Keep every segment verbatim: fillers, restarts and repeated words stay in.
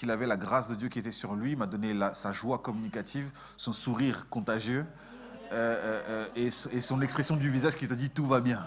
qu'il avait la grâce de Dieu qui était sur lui, il m'a donné la, sa joie communicative, son sourire contagieux euh, euh, euh, et, et son expression du visage qui te dit tout va bien.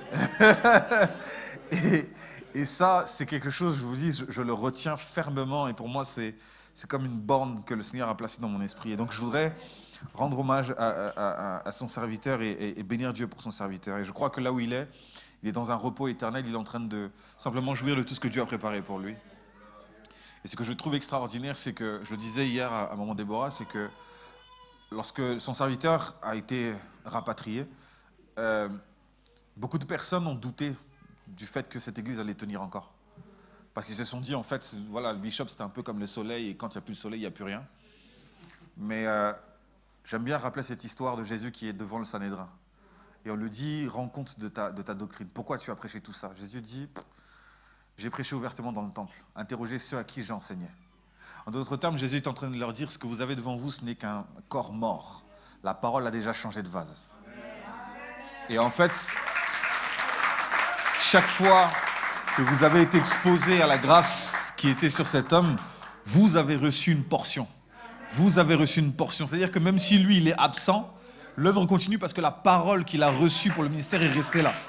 et, et ça, c'est quelque chose, je vous dis, je, je le retiens fermement et pour moi, c'est, c'est comme une borne que le Seigneur a placée dans mon esprit. Et donc, je voudrais rendre hommage à, à, à, à son serviteur et, et, et bénir Dieu pour son serviteur. Et je crois que là où il est, il est dans un repos éternel, il est en train de simplement jouir de tout ce que Dieu a préparé pour lui. Et ce que je trouve extraordinaire, c'est que, je le disais hier à, à Maman Déborah, c'est que lorsque son serviteur a été rapatrié, euh, beaucoup de personnes ont douté du fait que cette église allait tenir encore. Parce qu'ils se sont dit, en fait, voilà, le bishop, c'était un peu comme le soleil, et quand il n'y a plus le soleil, il n'y a plus rien. Mais euh, j'aime bien rappeler cette histoire de Jésus qui est devant le Sanhédrin. Et on lui dit, rends compte de ta, de ta doctrine. Pourquoi tu as prêché tout ça? Jésus dit, j'ai prêché ouvertement dans le temple. Interrogez ceux à qui j'ai enseigné. En d'autres termes, Jésus est en train de leur dire, ce que vous avez devant vous, ce n'est qu'un corps mort. La parole a déjà changé de vase. Et en fait, chaque fois que vous avez été exposé à la grâce qui était sur cet homme, vous avez reçu une portion. Vous avez reçu une portion. C'est-à-dire que même si lui, il est absent, l'œuvre continue parce que la parole qu'il a reçue pour le ministère est restée là.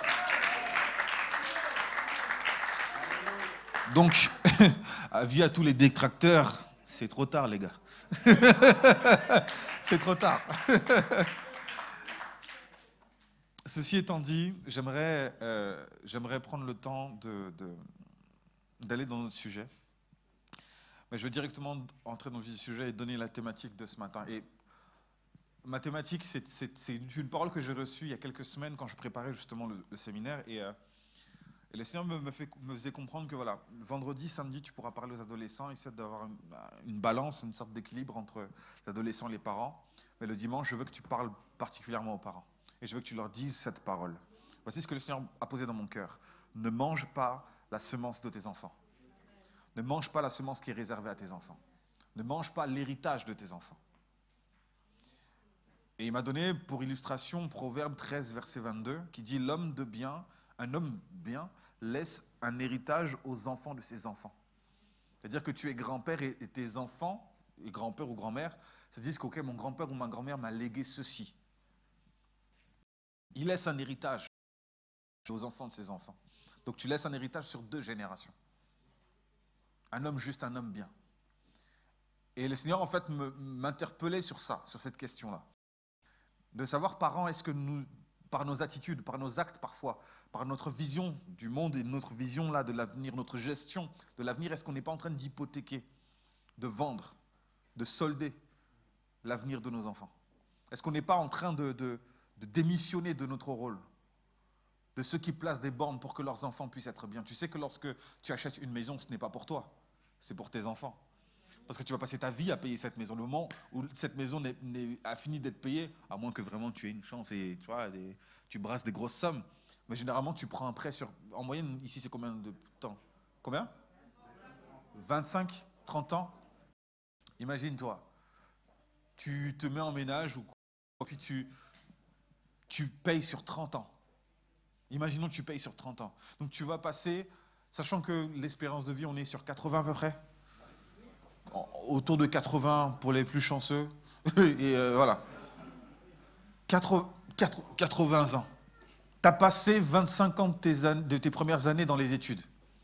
Donc, avis à tous les détracteurs, c'est trop tard, les gars. C'est trop tard. Ceci étant dit, j'aimerais, euh, j'aimerais prendre le temps de, de, d'aller dans notre sujet. Mais je veux directement entrer dans le vif du sujet et donner la thématique de ce matin. Et ma thématique, c'est, c'est, c'est une parole que j'ai reçue il y a quelques semaines quand je préparais justement le, le séminaire. Et, euh, et le Seigneur me, me, fait, me faisait comprendre que voilà, vendredi, samedi, tu pourras parler aux adolescents, essayer d'avoir une, une balance, une sorte d'équilibre entre les adolescents et les parents. Mais le dimanche, je veux que tu parles particulièrement aux parents. Et je veux que tu leur dises cette parole. Voici ce que le Seigneur a posé dans mon cœur. Ne mange pas la semence de tes enfants. Ne mange pas la semence qui est réservée à tes enfants. Ne mange pas l'héritage de tes enfants. Et il m'a donné pour illustration Proverbe treize, verset vingt-deux, qui dit « L'homme de bien, un homme bien, laisse un héritage aux enfants de ses enfants. » C'est-à-dire que tu es grand-père et, et tes enfants, et grand-père ou grand-mère, se disent que okay, mon grand-père ou ma grand-mère m'a légué ceci. Il laisse un héritage aux enfants de ses enfants. Donc tu laisses un héritage sur deux générations. Un homme juste, un homme bien. Et le Seigneur, en fait, me, m'interpellait sur ça, sur cette question-là. De savoir, parents, est-ce que nous, par nos attitudes, par nos actes parfois, par notre vision du monde et notre vision là, de l'avenir, notre gestion de l'avenir, est-ce qu'on n'est pas en train d'hypothéquer, de vendre, de solder l'avenir de nos enfants? Est-ce qu'on n'est pas en train de... de de démissionner de notre rôle, de ceux qui placent des bornes pour que leurs enfants puissent être bien. Tu sais que lorsque tu achètes une maison, ce n'est pas pour toi, c'est pour tes enfants. Parce que tu vas passer ta vie à payer cette maison. Le moment où cette maison n'est, n'est, a fini d'être payée, à moins que vraiment tu aies une chance et tu, vois, des, tu brasses des grosses sommes, mais généralement tu prends un prêt sur... En moyenne, ici, c'est combien de temps? Combien? vingt-cinq, trente ans? Imagine-toi, tu te mets en ménage ou puis tu... tu payes sur trente ans. Imaginons que tu payes sur trente ans. Donc tu vas passer, sachant que l'espérance de vie, on est sur quatre-vingts à peu près. Autour de quatre-vingts pour les plus chanceux. Et euh, voilà. quatre-vingts ans. Tu as passé vingt-cinq ans de tes, an- de tes premières années dans les études.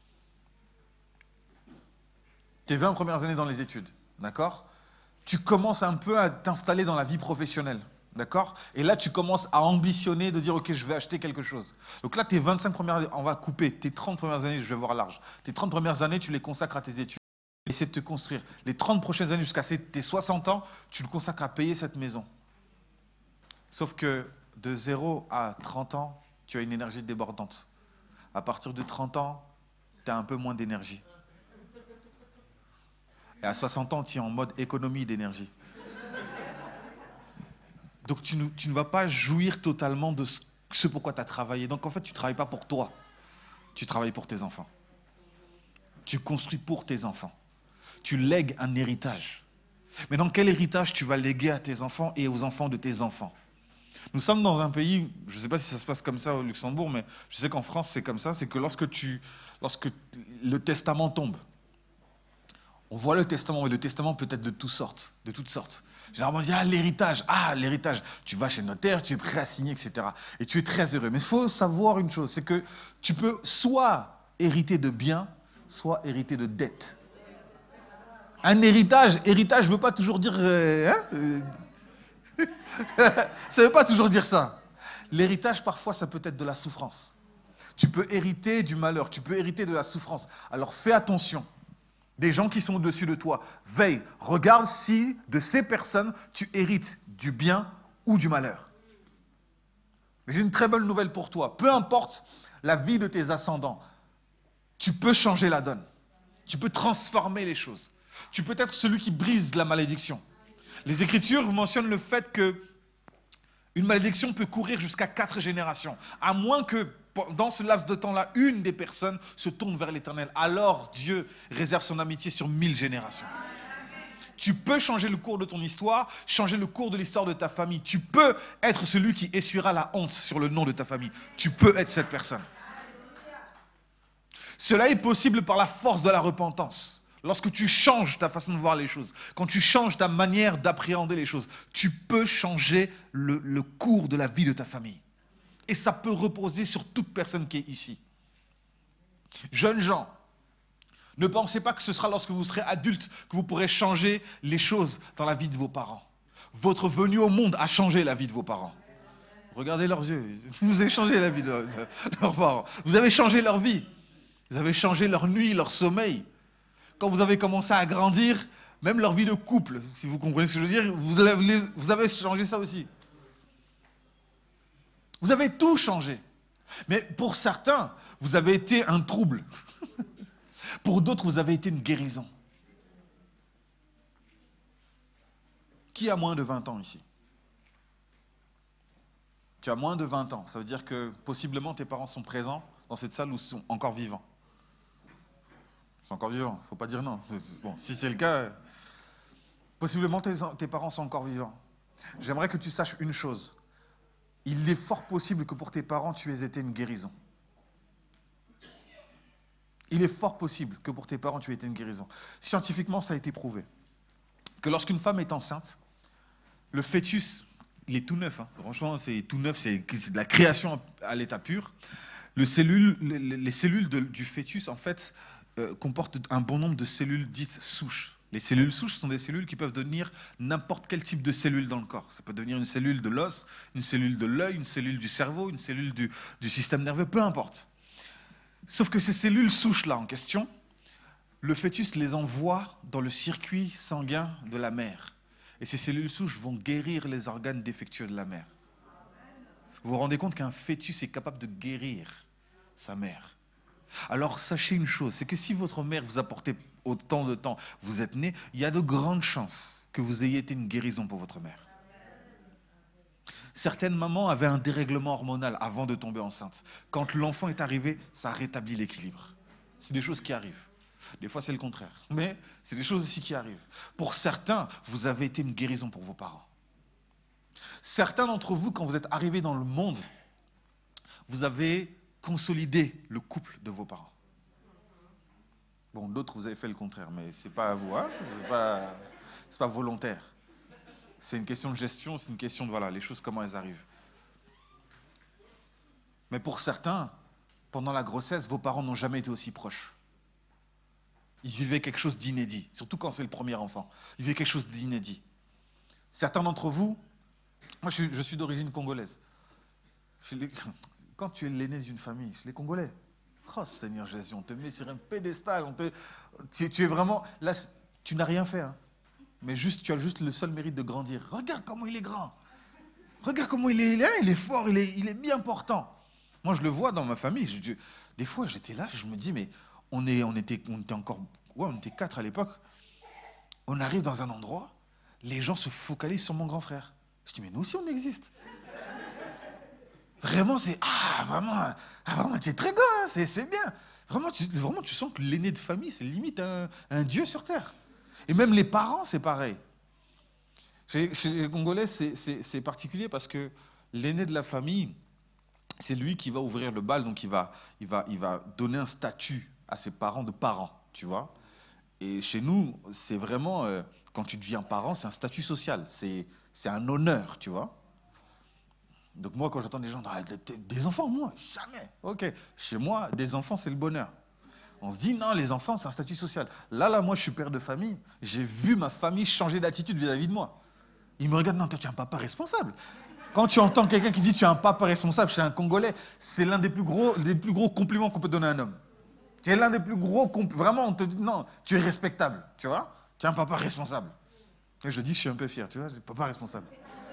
Tes vingt premières années dans les études. D'accord? Tu commences un peu à t'installer dans la vie professionnelle. D'accord? Et là, tu commences à ambitionner de dire, OK, je vais acheter quelque chose. Donc là, tes vingt-cinq premières années, on va couper. Tes trente premières années, je vais voir large. Tes trente premières années, tu les consacres à tes études. Essayer de te construire. Les trente prochaines années, jusqu'à tes soixante ans, tu le consacres à payer cette maison. Sauf que de zéro à trente ans, tu as une énergie débordante. À partir de trente ans, tu as un peu moins d'énergie. Et à soixante ans, tu es en mode économie d'énergie. Donc tu ne, tu ne vas pas jouir totalement de ce, ce pourquoi tu as travaillé. Donc en fait, tu ne travailles pas pour toi. Tu travailles pour tes enfants. Tu construis pour tes enfants. Tu lègues un héritage. Mais dans quel héritage tu vas léguer à tes enfants et aux enfants de tes enfants? Nous sommes dans un pays, je ne sais pas si ça se passe comme ça au Luxembourg, mais je sais qu'en France c'est comme ça, c'est que lorsque, tu, lorsque le testament tombe, On voit le testament, et le testament peut être de toutes sortes, de toutes sortes. Généralement, on dit, ah, l'héritage, ah, l'héritage. Tu vas chez le notaire, tu es prêt à signer, et cetera. Et tu es très heureux. Mais il faut savoir une chose, c'est que tu peux soit hériter de biens, soit hériter de dettes. Un héritage, héritage ne veut pas toujours dire... Euh, hein, euh, ça ne veut pas toujours dire ça. L'héritage, parfois, ça peut être de la souffrance. Tu peux hériter du malheur, tu peux hériter de la souffrance. Alors fais attention. Des gens qui sont au-dessus de toi, veille, regarde si de ces personnes, tu hérites du bien ou du malheur. J'ai une très bonne nouvelle pour toi. Peu importe la vie de tes ascendants, tu peux changer la donne. Tu peux transformer les choses. Tu peux être celui qui brise la malédiction. Les Écritures mentionnent le fait que une malédiction peut courir jusqu'à quatre générations, à moins que dans ce laps de temps-là, une des personnes se tourne vers l'Éternel. Alors Dieu réserve son amitié sur mille générations. Tu peux changer le cours de ton histoire, changer le cours de l'histoire de ta famille. Tu peux être celui qui essuiera la honte sur le nom de ta famille. Tu peux être cette personne. Cela est possible par la force de la repentance. Lorsque tu changes ta façon de voir les choses, quand tu changes ta manière d'appréhender les choses, tu peux changer le, le cours de la vie de ta famille. Et ça peut reposer sur toute personne qui est ici. Jeunes gens, ne pensez pas que ce sera lorsque vous serez adultes que vous pourrez changer les choses dans la vie de vos parents. Votre venue au monde a changé la vie de vos parents. Regardez leurs yeux, vous avez changé la vie de, de, de leurs parents. Vous avez changé leur vie. Vous avez changé leur nuit, leur sommeil. Quand vous avez commencé à grandir, même leur vie de couple, si vous comprenez ce que je veux dire, vous avez, vous avez changé ça aussi. Vous avez tout changé. Mais pour certains, vous avez été un trouble. Pour d'autres, vous avez été une guérison. Qui a moins de vingt ans ici? Tu as moins de vingt ans. Ça veut dire que possiblement tes parents sont présents dans cette salle ou sont encore vivants. Ils sont encore vivants, il ne faut pas dire non. Bon, si c'est le cas, possiblement tes, tes parents sont encore vivants. J'aimerais que tu saches une chose. Il est fort possible que pour tes parents, tu aies été une guérison. Il est fort possible que pour tes parents, tu aies été une guérison. Scientifiquement, ça a été prouvé. Que lorsqu'une femme est enceinte, le fœtus, il est tout neuf. Hein. Franchement, c'est tout neuf, c'est de la création à l'état pur. Le cellule, les, les cellules de, du fœtus, en fait, euh, comportent un bon nombre de cellules dites souches. Les cellules souches sont des cellules qui peuvent devenir n'importe quel type de cellule dans le corps. Ça peut devenir une cellule de l'os, une cellule de l'œil, une cellule du cerveau, une cellule du, du système nerveux, peu importe. Sauf que ces cellules souches-là en question, le fœtus les envoie dans le circuit sanguin de la mère. Et ces cellules souches vont guérir les organes défectueux de la mère. Vous vous rendez compte qu'un fœtus est capable de guérir sa mère. Alors sachez une chose, c'est que si votre mère vous a porté autant de temps, vous êtes né, il y a de grandes chances que vous ayez été une guérison pour votre mère. Certaines mamans avaient un dérèglement hormonal avant de tomber enceinte. Quand l'enfant est arrivé, ça rétablit l'équilibre. C'est des choses qui arrivent. Des fois, c'est le contraire. Mais c'est des choses aussi qui arrivent. Pour certains, vous avez été une guérison pour vos parents. Certains d'entre vous, quand vous êtes arrivés dans le monde, vous avez consolidé le couple de vos parents. Bon, d'autres, vous avez fait le contraire, mais ce n'est pas à vous, hein, c'est pas, c'est pas volontaire. C'est une question de gestion, c'est une question de, voilà, les choses, comment elles arrivent. Mais pour certains, pendant la grossesse, vos parents n'ont jamais été aussi proches. Ils vivaient quelque chose d'inédit, surtout quand c'est le premier enfant. Ils vivaient quelque chose d'inédit. Certains d'entre vous, moi je suis, je suis d'origine congolaise. Les, quand tu es l'aîné d'une famille, chez les Congolais, oh Seigneur Jésus, on te met sur un pédestal, on te, tu, tu es vraiment, là, tu n'as rien fait, hein, mais juste, tu as juste le seul mérite de grandir. Regarde comment il est grand, regarde comment il est, il est fort, il est, il est bien portant. Moi je le vois dans ma famille, je, des fois j'étais là, je me dis, mais on, est, on, était, on était encore, ouais, on était quatre à l'époque, on arrive dans un endroit, les gens se focalisent sur mon grand frère. Je dis, mais nous aussi on existe. Vraiment, c'est, ah, vraiment, ah, vraiment, tu es très grand, hein, c'est, c'est bien. Vraiment tu, vraiment, tu sens que l'aîné de famille, c'est limite un, un dieu sur terre. Et même les parents, c'est pareil. Chez, chez les Congolais, c'est, c'est, c'est particulier parce que l'aîné de la famille, c'est lui qui va ouvrir le bal, donc il va, il va, il va donner un statut à ses parents de parents, tu vois. Et chez nous, c'est vraiment, euh, quand tu deviens parent, c'est un statut social, c'est, c'est un honneur, tu vois. Donc moi, quand j'entends des gens, ah, des enfants, moi, jamais. Ok, chez moi, des enfants, c'est le bonheur. On se dit, non, les enfants, c'est un statut social. Là, là, moi, je suis père de famille. J'ai vu ma famille changer d'attitude vis-à-vis de moi. Ils me regardent, non, toi, tu es un papa responsable. Quand tu entends quelqu'un qui dit, tu es un papa responsable chez un Congolais, c'est l'un des plus gros, des plus gros compliments qu'on peut donner à un homme. C'est l'un des plus gros compliments. Vraiment, on te dit, non, tu es respectable, tu vois. Tu es un papa responsable. Et je dis, je suis un peu fier, tu vois, papa responsable.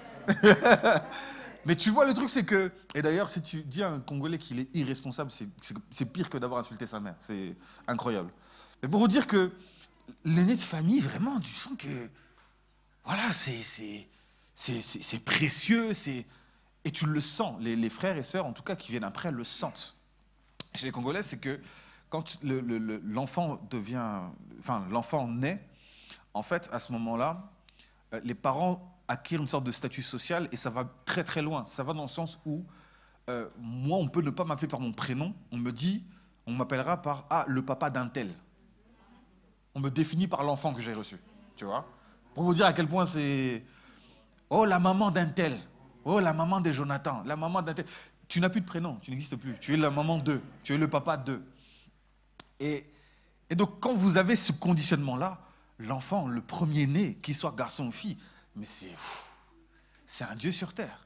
Mais tu vois, le truc, c'est que... Et d'ailleurs, si tu dis à un Congolais qu'il est irresponsable, c'est, c'est, c'est pire que d'avoir insulté sa mère. C'est incroyable. Mais pour vous dire que l'aîné de famille, vraiment, tu sens que... Voilà, c'est, c'est, c'est, c'est, c'est précieux, c'est... Et tu le sens. Les, les frères et sœurs, en tout cas, qui viennent après, le sentent. Chez les Congolais, c'est que quand le, le, le, l'enfant devient... Enfin, l'enfant naît, en fait, à ce moment-là, les parents acquièrent une sorte de statut social et ça va très très loin. Ça va dans le sens où euh, moi, on peut ne pas m'appeler par mon prénom. On me dit, on m'appellera par ah, le papa d'un tel. On me définit par l'enfant que j'ai reçu. Tu vois ? Pour vous dire à quel point c'est oh, la maman d'un tel. Oh, la maman de Jonathan. La maman d'un tel. Tu n'as plus de prénom, tu n'existes plus. Tu es la maman d'eux. Tu es le papa d'eux. Et, et donc, quand vous avez ce conditionnement-là, l'enfant, le premier-né, qu'il soit garçon ou fille, mais c'est, c'est un Dieu sur terre.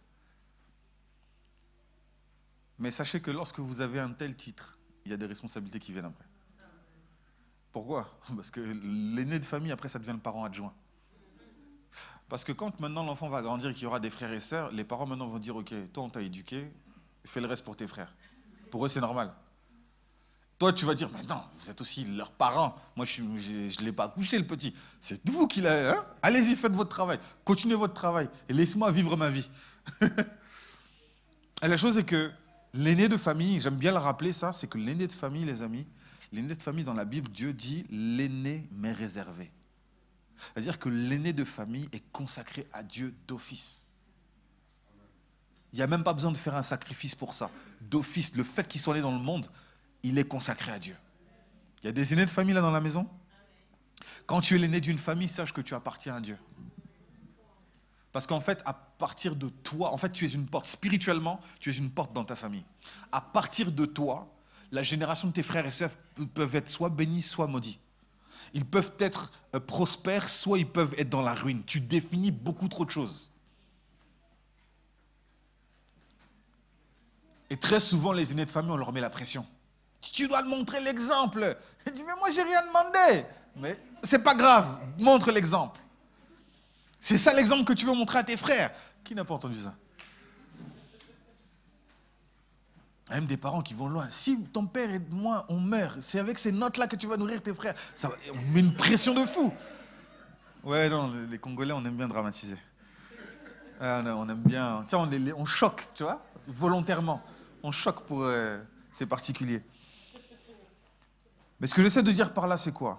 Mais sachez que lorsque vous avez un tel titre, il y a des responsabilités qui viennent après. Pourquoi ? Parce que l'aîné de famille, après, ça devient le parent adjoint. Parce que quand maintenant l'enfant va grandir et qu'il y aura des frères et sœurs, les parents maintenant vont dire, ok, toi on t'a éduqué, fais le reste pour tes frères. Pour eux, c'est normal. Toi, tu vas dire, mais non, vous êtes aussi leurs parents. Moi, je ne l'ai pas accouché, le petit. C'est vous qui l'avez. Hein ? Allez-y, faites votre travail. Continuez votre travail. Et laissez-moi vivre ma vie. Et la chose est que l'aîné de famille, j'aime bien le rappeler ça, c'est que l'aîné de famille, les amis, l'aîné de famille dans la Bible, Dieu dit, l'aîné m'est réservé. C'est-à-dire que l'aîné de famille est consacré à Dieu d'office. Il n'y a même pas besoin de faire un sacrifice pour ça. D'office, le fait qu'il soit né dans le monde, il est consacré à Dieu. Il y a des aînés de famille là dans la maison ? Quand tu es l'aîné d'une famille, sache que tu appartiens à Dieu. Parce qu'en fait, à partir de toi, en fait, tu es une porte. Spirituellement, tu es une porte dans ta famille. À partir de toi, la génération de tes frères et sœurs peuvent être soit bénis, soit maudits. Ils peuvent être prospères, soit ils peuvent être dans la ruine. Tu définis beaucoup trop de choses. Et très souvent, les aînés de famille, on leur met la pression. Tu dois montrer l'exemple. Il dit, mais moi, j'ai rien demandé. Mais c'est pas grave, montre l'exemple. C'est ça l'exemple que tu veux montrer à tes frères. Qui n'a pas entendu ça ? Même des parents qui vont loin. Si ton père et moi, on meurt, c'est avec ces notes-là que tu vas nourrir tes frères. Ça, on met une pression de fou. Ouais, non, les Congolais, on aime bien dramatiser. Ah, non, on aime bien... Tiens, on, les, on choque, tu vois, volontairement. On choque pour euh, ces particuliers. Mais ce que j'essaie de dire par là, c'est quoi ?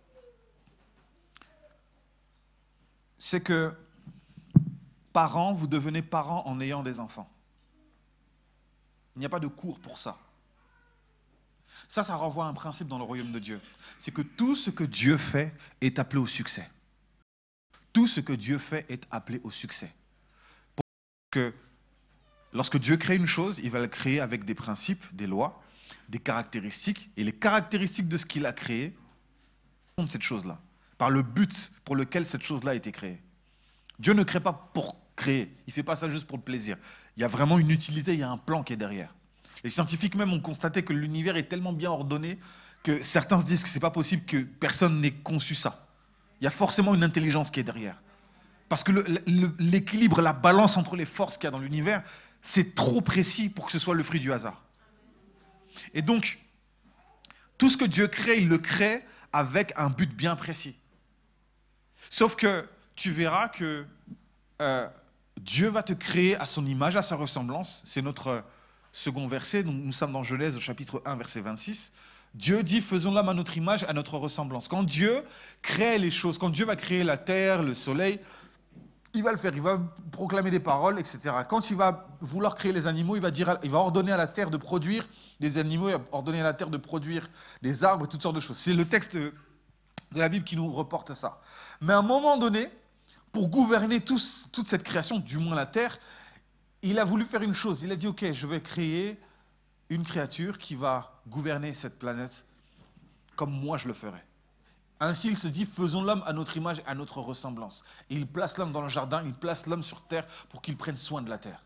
C'est que, parents, vous devenez parents en ayant des enfants. Il n'y a pas de cours pour ça. Ça, ça renvoie à un principe dans le royaume de Dieu. C'est que tout ce que Dieu fait est appelé au succès. Tout ce que Dieu fait est appelé au succès. Pour que lorsque Dieu crée une chose, il va la créer avec des principes, des lois, des caractéristiques. Et les caractéristiques de ce qu'il a créé sont de cette chose-là. Par le but pour lequel cette chose-là a été créée. Dieu ne crée pas pour créer. Il ne fait pas ça juste pour le plaisir. Il y a vraiment une utilité, il y a un plan qui est derrière. Les scientifiques même ont constaté que l'univers est tellement bien ordonné que certains se disent que ce n'est pas possible que personne n'ait conçu ça. Il y a forcément une intelligence qui est derrière. Parce que le, le, l'équilibre, la balance entre les forces qu'il y a dans l'univers, c'est trop précis pour que ce soit le fruit du hasard. Et donc, tout ce que Dieu crée, il le crée avec un but bien précis. Sauf que tu verras que euh, Dieu va te créer à son image, à sa ressemblance. C'est notre second verset. Donc nous sommes dans Genèse au chapitre un, verset vingt-six. Dieu dit, faisons-l'homme à notre image, à notre ressemblance. Quand Dieu crée les choses, quand Dieu va créer la terre, le soleil, il va le faire, il va proclamer des paroles, et cetera. Quand il va vouloir créer les animaux, il va, dire, il va ordonner à la terre de produire des animaux, il va ordonner à la terre de produire des arbres, toutes sortes de choses. C'est le texte de la Bible qui nous reporte ça. Mais à un moment donné, pour gouverner tous, toute cette création, du moins la terre, il a voulu faire une chose. Il a dit, ok, je vais créer une créature qui va gouverner cette planète comme moi je le ferai. Ainsi, il se dit, faisons l'homme à notre image et à notre ressemblance. Et il place l'homme dans le jardin, il place l'homme sur terre pour qu'il prenne soin de la terre.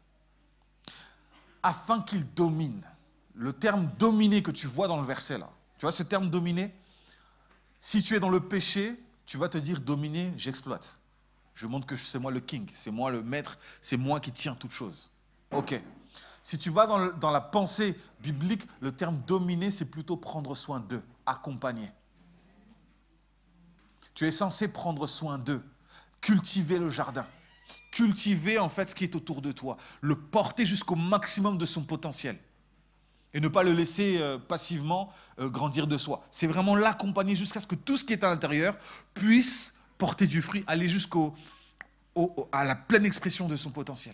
Afin qu'il domine. Le terme dominer que tu vois dans le verset là, tu vois ce terme dominer? Si tu es dans le péché, tu vas te dire dominer, j'exploite. Je montre que c'est moi le king, c'est moi le maître, c'est moi qui tiens toute chose. Ok. Si tu vas dans, le, dans la pensée biblique, le terme dominer, c'est plutôt prendre soin d'eux, accompagner. Tu es censé prendre soin d'eux, cultiver le jardin, cultiver en fait ce qui est autour de toi, le porter jusqu'au maximum de son potentiel et ne pas le laisser euh, passivement euh, grandir de soi. C'est vraiment l'accompagner jusqu'à ce que tout ce qui est à l'intérieur puisse porter du fruit, aller jusqu'au au, à la pleine expression de son potentiel.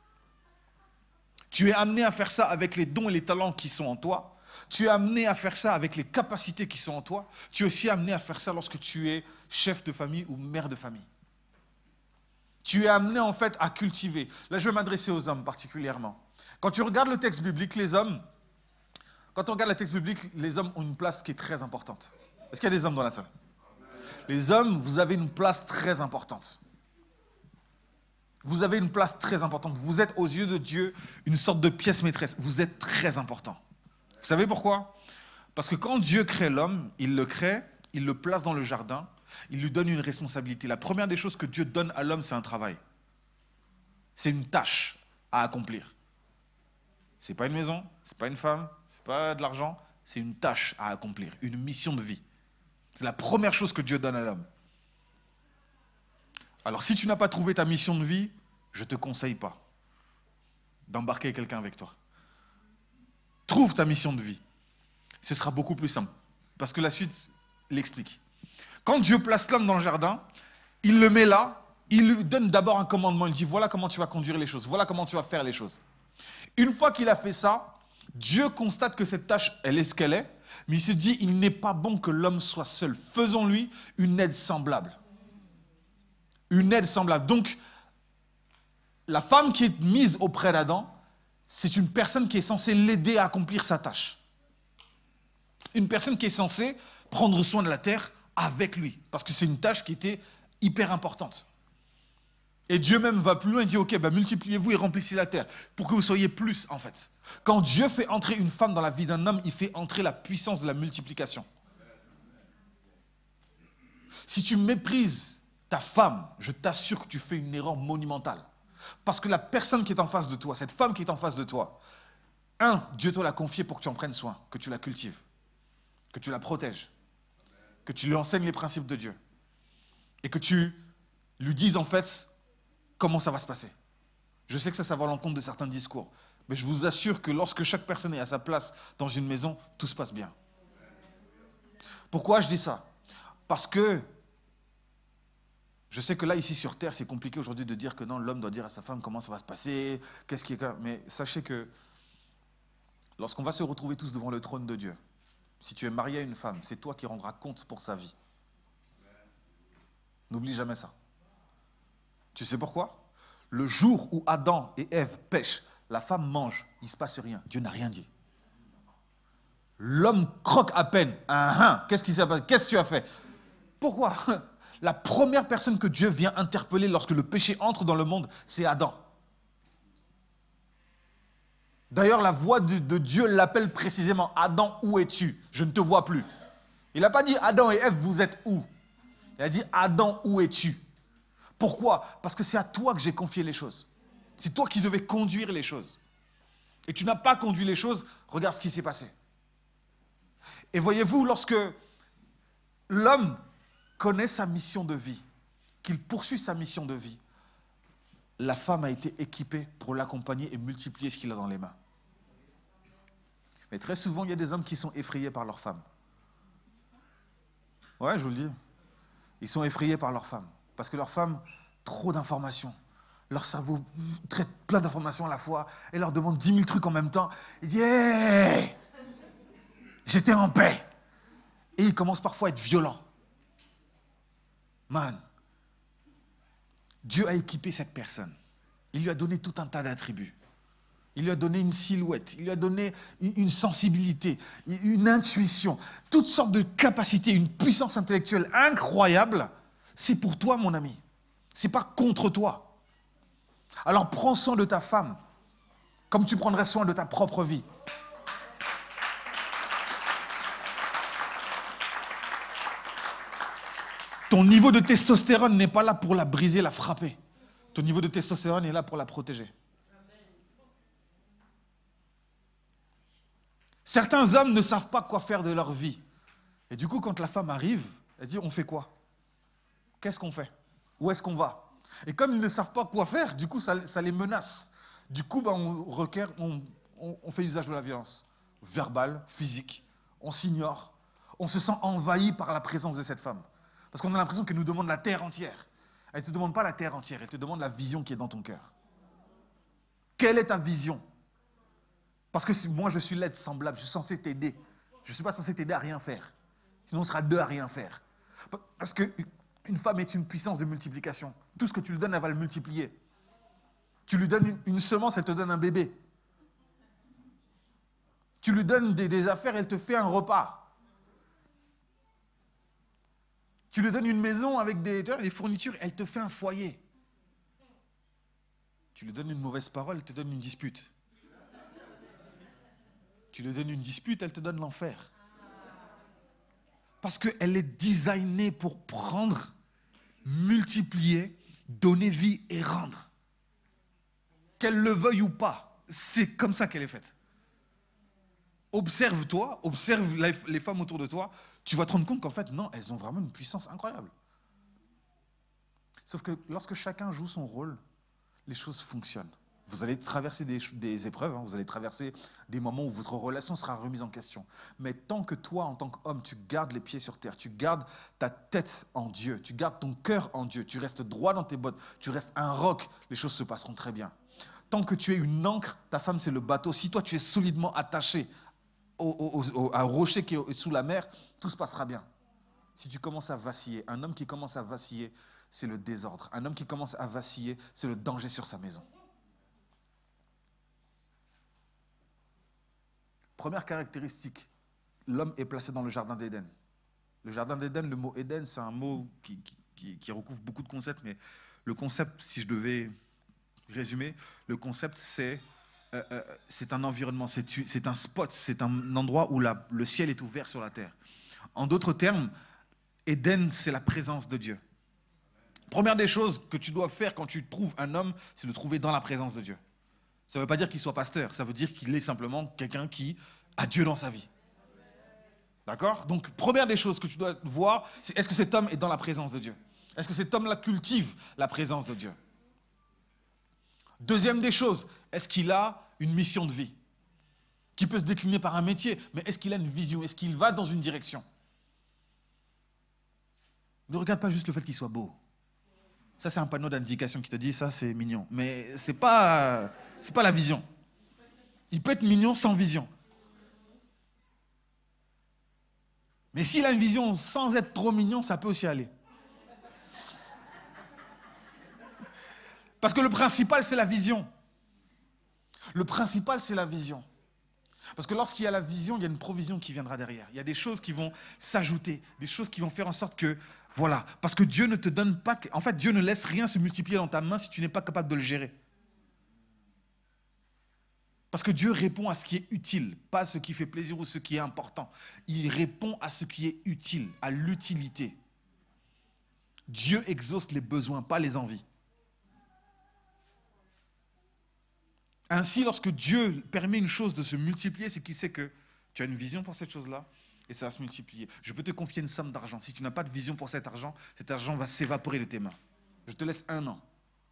Tu es amené à faire ça avec les dons et les talents qui sont en toi. Tu es amené à faire ça avec les capacités qui sont en toi. Tu es aussi amené à faire ça lorsque tu es chef de famille ou mère de famille. Tu es amené en fait à cultiver. Là, je vais m'adresser aux hommes particulièrement. Quand tu regardes le texte biblique, les hommes, quand on regarde le texte biblique, les hommes ont une place qui est très importante. Est-ce qu'il y a des hommes dans la salle? Les hommes, vous avez une place très importante. Vous avez une place très importante. Vous êtes aux yeux de Dieu une sorte de pièce maîtresse. Vous êtes très important. Vous savez pourquoi? Parce que quand Dieu crée l'homme, il le crée, il le place dans le jardin, il lui donne une responsabilité. La première des choses que Dieu donne à l'homme, c'est un travail. C'est une tâche à accomplir. Ce n'est pas une maison, ce n'est pas une femme, ce n'est pas de l'argent, c'est une tâche à accomplir, une mission de vie. C'est la première chose que Dieu donne à l'homme. Alors si tu n'as pas trouvé ta mission de vie, je ne te conseille pas d'embarquer quelqu'un avec toi. Trouve ta mission de vie. Ce sera beaucoup plus simple. Parce que la suite l'explique. Quand Dieu place l'homme dans le jardin, il le met là, il lui donne d'abord un commandement. Il dit, voilà comment tu vas conduire les choses, voilà comment tu vas faire les choses. Une fois qu'il a fait ça, Dieu constate que cette tâche, elle est ce qu'elle est, mais il se dit, il n'est pas bon que l'homme soit seul. Faisons-lui une aide semblable. Une aide semblable. Donc, la femme qui est mise auprès d'Adam, c'est une personne qui est censée l'aider à accomplir sa tâche. Une personne qui est censée prendre soin de la terre avec lui, parce que c'est une tâche qui était hyper importante. Et Dieu même va plus loin et dit, ok, ben multipliez-vous et remplissez la terre, pour que vous soyez plus, en fait. Quand Dieu fait entrer une femme dans la vie d'un homme, il fait entrer la puissance de la multiplication. Si tu méprises ta femme, je t'assure que tu fais une erreur monumentale. Parce que la personne qui est en face de toi, cette femme qui est en face de toi, un, Dieu te l'a confiée pour que tu en prennes soin, que tu la cultives, que tu la protèges, que tu lui enseignes les principes de Dieu et que tu lui dises en fait comment ça va se passer. Je sais que ça, ça va à l'encontre de certains discours, mais je vous assure que lorsque chaque personne est à sa place dans une maison, tout se passe bien. Pourquoi je dis ça? Parce que je sais que là, ici sur Terre, c'est compliqué aujourd'hui de dire que non, l'homme doit dire à sa femme comment ça va se passer, qu'est-ce qui est... Mais sachez que lorsqu'on va se retrouver tous devant le trône de Dieu, si tu es marié à une femme, c'est toi qui rendras compte pour sa vie. N'oublie jamais ça. Tu sais pourquoi? Le jour où Adam et Ève pêchent, la femme mange, il ne se passe rien. Dieu n'a rien dit. L'homme croque à peine. Ah, ah, qu'est-ce qui s'est passé? Qu'est-ce que tu as fait? Pourquoi? La première personne que Dieu vient interpeller lorsque le péché entre dans le monde, c'est Adam. D'ailleurs, la voix de, de Dieu l'appelle précisément, Adam, où es-tu? Je ne te vois plus. Il n'a pas dit, Adam et Ève, vous êtes où? Il a dit, Adam, où es-tu? Pourquoi? Parce que c'est à toi que j'ai confié les choses. C'est toi qui devais conduire les choses. Et tu n'as pas conduit les choses, regarde ce qui s'est passé. Et voyez-vous, lorsque l'homme connaît sa mission de vie, qu'il poursuit sa mission de vie, la femme a été équipée pour l'accompagner et multiplier ce qu'il a dans les mains. Mais très souvent, il y a des hommes qui sont effrayés par leur femme. Ouais, je vous le dis. Ils sont effrayés par leur femme. Parce que leur femme, trop d'informations. Leur cerveau traite plein d'informations à la fois et leur demande dix mille trucs en même temps. Il dit, hé, hey, j'étais en paix. Et il commence parfois à être violent. Man, Dieu a équipé cette personne. Il lui a donné tout un tas d'attributs. Il lui a donné une silhouette, il lui a donné une sensibilité, une intuition, toutes sortes de capacités, une puissance intellectuelle incroyable. C'est pour toi, mon ami. Ce n'est pas contre toi. Alors prends soin de ta femme, comme tu prendrais soin de ta propre vie. Ton niveau de testostérone n'est pas là pour la briser, la frapper. Ton niveau de testostérone est là pour la protéger. Certains hommes ne savent pas quoi faire de leur vie. Et du coup, quand la femme arrive, elle dit, on fait quoi? Qu'est-ce qu'on fait? Où est-ce qu'on va? Et comme ils ne savent pas quoi faire, du coup, ça, ça les menace. Du coup, ben, on, requiert, on, on, on fait usage de la violence. Verbale, physique. On s'ignore. On se sent envahi par la présence de cette femme. Parce qu'on a l'impression qu'elle nous demande la terre entière. Elle ne te demande pas la terre entière, elle te demande la vision qui est dans ton cœur. Quelle est ta vision? Parce que moi, je suis l'aide semblable, je suis censé t'aider. Je ne suis pas censé t'aider à rien faire. Sinon, on sera deux à rien faire. Parce qu'une femme est une puissance de multiplication. Tout ce que tu lui donnes, elle va le multiplier. Tu lui donnes une, une semence, elle te donne un bébé. Tu lui donnes des, des affaires, elle te fait un repas. Tu lui donnes une maison avec des, des fournitures, elle te fait un foyer. Tu lui donnes une mauvaise parole, elle te donne une dispute. Tu lui donnes une dispute, elle te donne l'enfer. Parce qu'elle est designée pour prendre, multiplier, donner vie et rendre. Qu'elle le veuille ou pas, c'est comme ça qu'elle est faite. Observe-toi, observe les femmes autour de toi, tu vas te rendre compte qu'en fait, non, elles ont vraiment une puissance incroyable. Sauf que lorsque chacun joue son rôle, les choses fonctionnent. Vous allez traverser des, des épreuves, hein, vous allez traverser des moments où votre relation sera remise en question. Mais tant que toi, en tant qu'homme, tu gardes les pieds sur terre, tu gardes ta tête en Dieu, tu gardes ton cœur en Dieu, tu restes droit dans tes bottes, tu restes un roc, les choses se passeront très bien. Tant que tu es une ancre, ta femme c'est le bateau. Si toi tu es solidement attaché au, au, au, à un rocher qui est sous la mer, tout se passera bien. Si tu commences à vaciller, un homme qui commence à vaciller, c'est le désordre. Un homme qui commence à vaciller, c'est le danger sur sa maison. Première caractéristique, l'homme est placé dans le jardin d'Éden. Le jardin d'Éden, le mot Éden, c'est un mot qui, qui, qui recouvre beaucoup de concepts, mais le concept, si je devais résumer, le concept, c'est, euh, euh, c'est un environnement, c'est, c'est un spot, c'est un endroit où la, le ciel est ouvert sur la terre. En d'autres termes, Éden, c'est la présence de Dieu. Première des choses que tu dois faire quand tu trouves un homme, c'est de le trouver dans la présence de Dieu. Ça ne veut pas dire qu'il soit pasteur, ça veut dire qu'il est simplement quelqu'un qui a Dieu dans sa vie. D'accord? Donc, première des choses que tu dois voir, c'est est-ce que cet homme est dans la présence de Dieu? Est-ce que cet homme-là cultive la présence de Dieu? Deuxième des choses, est-ce qu'il a une mission de vie qui peut se décliner par un métier, mais est-ce qu'il a une vision? Est-ce qu'il va dans une direction? Ne regarde pas juste le fait qu'il soit beau. Ça, c'est un panneau d'indication qui te dit ça, c'est mignon. Mais ce n'est pas, c'est pas la vision. Il peut être mignon sans vision. Mais s'il a une vision sans être trop mignon, ça peut aussi aller. Parce que le principal, c'est la vision. Le principal, c'est la vision. Parce que lorsqu'il y a la vision, il y a une provision qui viendra derrière. Il y a des choses qui vont s'ajouter, des choses qui vont faire en sorte que, voilà, parce que Dieu ne te donne pas, en fait, Dieu ne laisse rien se multiplier dans ta main si tu n'es pas capable de le gérer. Parce que Dieu répond à ce qui est utile, pas à ce qui fait plaisir ou ce qui est important. Il répond à ce qui est utile, à l'utilité. Dieu exauce les besoins, pas les envies. Ainsi, lorsque Dieu permet une chose de se multiplier, c'est qu'il sait que tu as une vision pour cette chose-là et ça va se multiplier. Je peux te confier une somme d'argent. Si tu n'as pas de vision pour cet argent, cet argent va s'évaporer de tes mains. Je te laisse un an.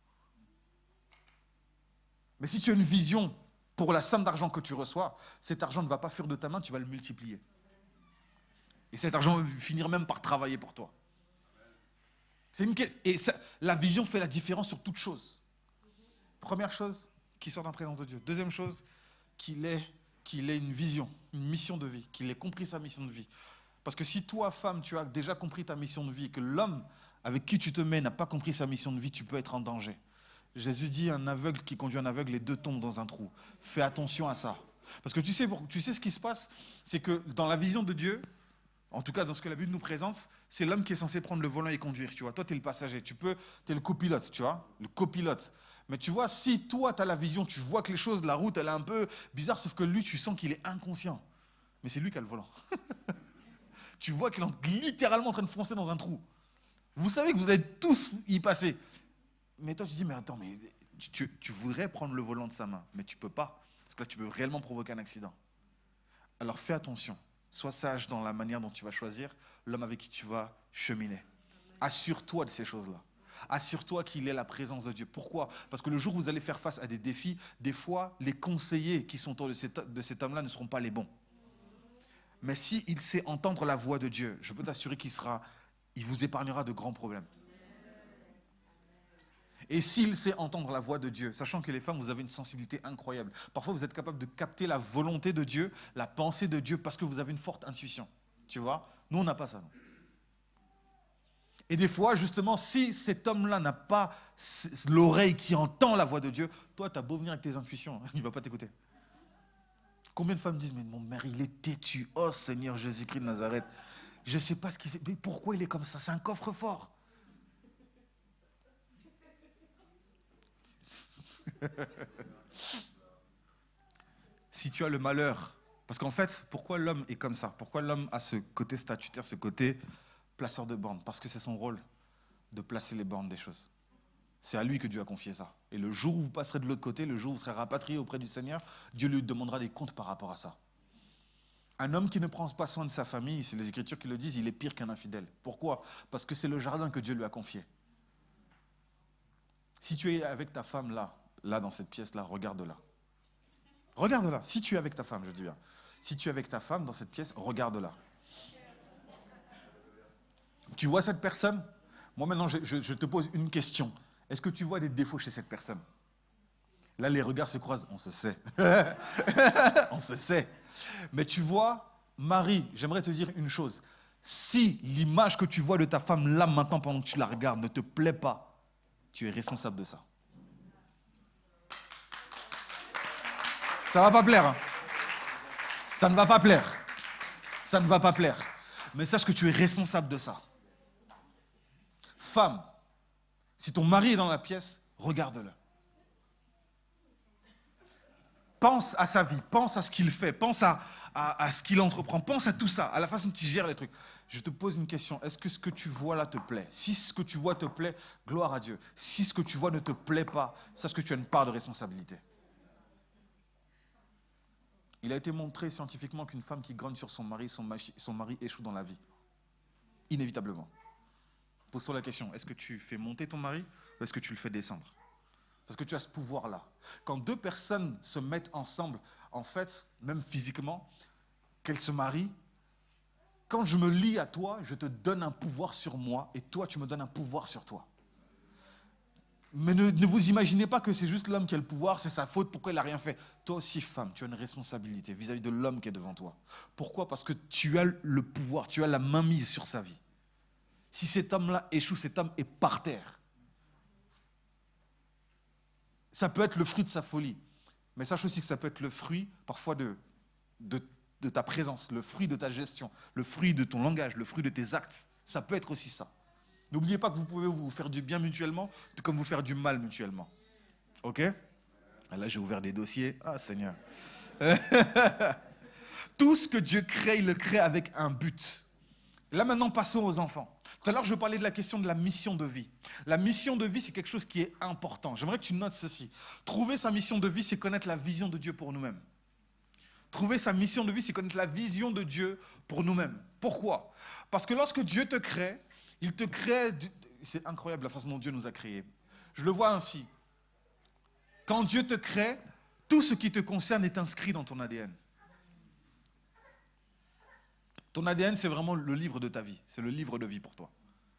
Mais si tu as une vision pour la somme d'argent que tu reçois, cet argent ne va pas fuir de ta main, tu vas le multiplier. Et cet argent va finir même par travailler pour toi. C'est une... Et ça, la vision fait la différence sur toute chose. Première chose, qu'il soit en présence de Dieu. Deuxième chose, qu'il ait, qu'il ait une vision, une mission de vie, qu'il ait compris sa mission de vie. Parce que si toi, femme, tu as déjà compris ta mission de vie, que l'homme avec qui tu te mets n'a pas compris sa mission de vie, tu peux être en danger. Jésus dit, un aveugle qui conduit un aveugle, les deux tombent dans un trou. Fais attention à ça. Parce que tu sais, tu sais ce qui se passe, c'est que dans la vision de Dieu, en tout cas dans ce que la Bible nous présente, c'est l'homme qui est censé prendre le volant et conduire, tu vois. Toi, tu es le passager, tu peux, tu es le copilote, tu vois, le copilote. Mais tu vois, si toi, tu as la vision, tu vois que les choses, la route, elle est un peu bizarre, sauf que lui, tu sens qu'il est inconscient. Mais c'est lui qui a le volant. Tu vois qu'il est littéralement en train de foncer dans un trou. Vous savez que vous allez tous y passer. Mais toi, tu dis, mais attends, mais tu, tu, tu voudrais prendre le volant de sa main, mais tu ne peux pas. Parce que là, tu peux réellement provoquer un accident. Alors fais attention. Sois sage dans la manière dont tu vas choisir l'homme avec qui tu vas cheminer. Assure-toi de ces choses-là. Assure-toi qu'il est la présence de Dieu. Pourquoi ? Parce que le jour où vous allez faire face à des défis, des fois, les conseillers qui sont autour de cet, de cet homme-là ne seront pas les bons. Mais s'il sait entendre la voix de Dieu, je peux t'assurer qu'il sera, il vous épargnera de grands problèmes. Et s'il sait entendre la voix de Dieu, sachant que les femmes, vous avez une sensibilité incroyable. Parfois, vous êtes capable de capter la volonté de Dieu, la pensée de Dieu, parce que vous avez une forte intuition. Tu vois ? Nous, on n'a pas ça. Non. Et des fois, justement, si cet homme-là n'a pas l'oreille qui entend la voix de Dieu, toi, tu as beau venir avec tes intuitions, il ne va pas t'écouter. Combien de femmes disent, mais mon mari, il est têtu. Oh Seigneur Jésus-Christ de Nazareth. Je ne sais pas ce qu'il fait. Mais pourquoi il est comme ça ? C'est un coffre-fort. Si tu as le malheur, parce qu'en fait, pourquoi l'homme est comme ça ? Pourquoi l'homme a ce côté statutaire, ce côté placeur de bornes ? Parce que c'est son rôle de placer les bornes des choses. C'est à lui que Dieu a confié ça. Et le jour où vous passerez de l'autre côté, le jour où vous serez rapatrié auprès du Seigneur, Dieu lui demandera des comptes par rapport à ça. Un homme qui ne prend pas soin de sa famille, c'est les Écritures qui le disent, il est pire qu'un infidèle. Pourquoi ? Parce que c'est le jardin que Dieu lui a confié. Si tu es avec ta femme là, là dans cette pièce-là, regarde-la. Regarde-la. Si tu es avec ta femme, je dis bien. Si tu es avec ta femme dans cette pièce, regarde-la. Tu vois cette personne ? Moi maintenant, je, je, je te pose une question. Est-ce que tu vois des défauts chez cette personne ? Là, les regards se croisent. On se sait. On se sait. Mais tu vois, Marie, j'aimerais te dire une chose. Si l'image que tu vois de ta femme là, maintenant, pendant que tu la regardes, ne te plaît pas, tu es responsable de ça. Ça ne va pas plaire. Hein. Ça ne va pas plaire. Ça ne va pas plaire. Mais sache que tu es responsable de ça. Femme, si ton mari est dans la pièce, regarde-le. Pense à sa vie, pense à ce qu'il fait, pense à, à, à ce qu'il entreprend, pense à tout ça, à la façon dont tu gères les trucs. Je te pose une question, est-ce que ce que tu vois là te plaît ? Si ce que tu vois te plaît, gloire à Dieu. Si ce que tu vois ne te plaît pas, sache que tu as une part de responsabilité. Il a été montré scientifiquement qu'une femme qui grogne sur son mari, son, mari, son mari échoue dans la vie. Inévitablement. Pose-toi la question, est-ce que tu fais monter ton mari ou est-ce que tu le fais descendre ? Parce que tu as ce pouvoir-là. Quand deux personnes se mettent ensemble, en fait, même physiquement, qu'elles se marient, quand je me lie à toi, je te donne un pouvoir sur moi et toi, tu me donnes un pouvoir sur toi. Mais ne, ne vous imaginez pas que c'est juste l'homme qui a le pouvoir, c'est sa faute, pourquoi il n'a rien fait. Toi aussi, femme, tu as une responsabilité vis-à-vis de l'homme qui est devant toi. Pourquoi ? Parce que tu as le pouvoir, tu as la mainmise sur sa vie. Si cet homme-là échoue, cet homme est par terre. Ça peut être le fruit de sa folie. Mais sache aussi que ça peut être le fruit, parfois, de, de, de ta présence, le fruit de ta gestion, le fruit de ton langage, le fruit de tes actes. Ça peut être aussi ça. N'oubliez pas que vous pouvez vous faire du bien mutuellement, tout comme vous faire du mal mutuellement. Ok ? Là, j'ai ouvert des dossiers. Ah, Seigneur. Tout ce que Dieu crée, il le crée avec un but. Là, maintenant, passons aux enfants. Tout à l'heure, je parlais de la question de la mission de vie. La mission de vie, c'est quelque chose qui est important. J'aimerais que tu notes ceci. Trouver sa mission de vie, c'est connaître la vision de Dieu pour nous-mêmes. Trouver sa mission de vie, c'est connaître la vision de Dieu pour nous-mêmes. Pourquoi ? Parce que lorsque Dieu te crée, il te crée... C'est incroyable la façon dont Dieu nous a créés. Je le vois ainsi. Quand Dieu te crée, tout ce qui te concerne est inscrit dans ton A D N. Ton A D N, c'est vraiment le livre de ta vie. C'est le livre de vie pour toi.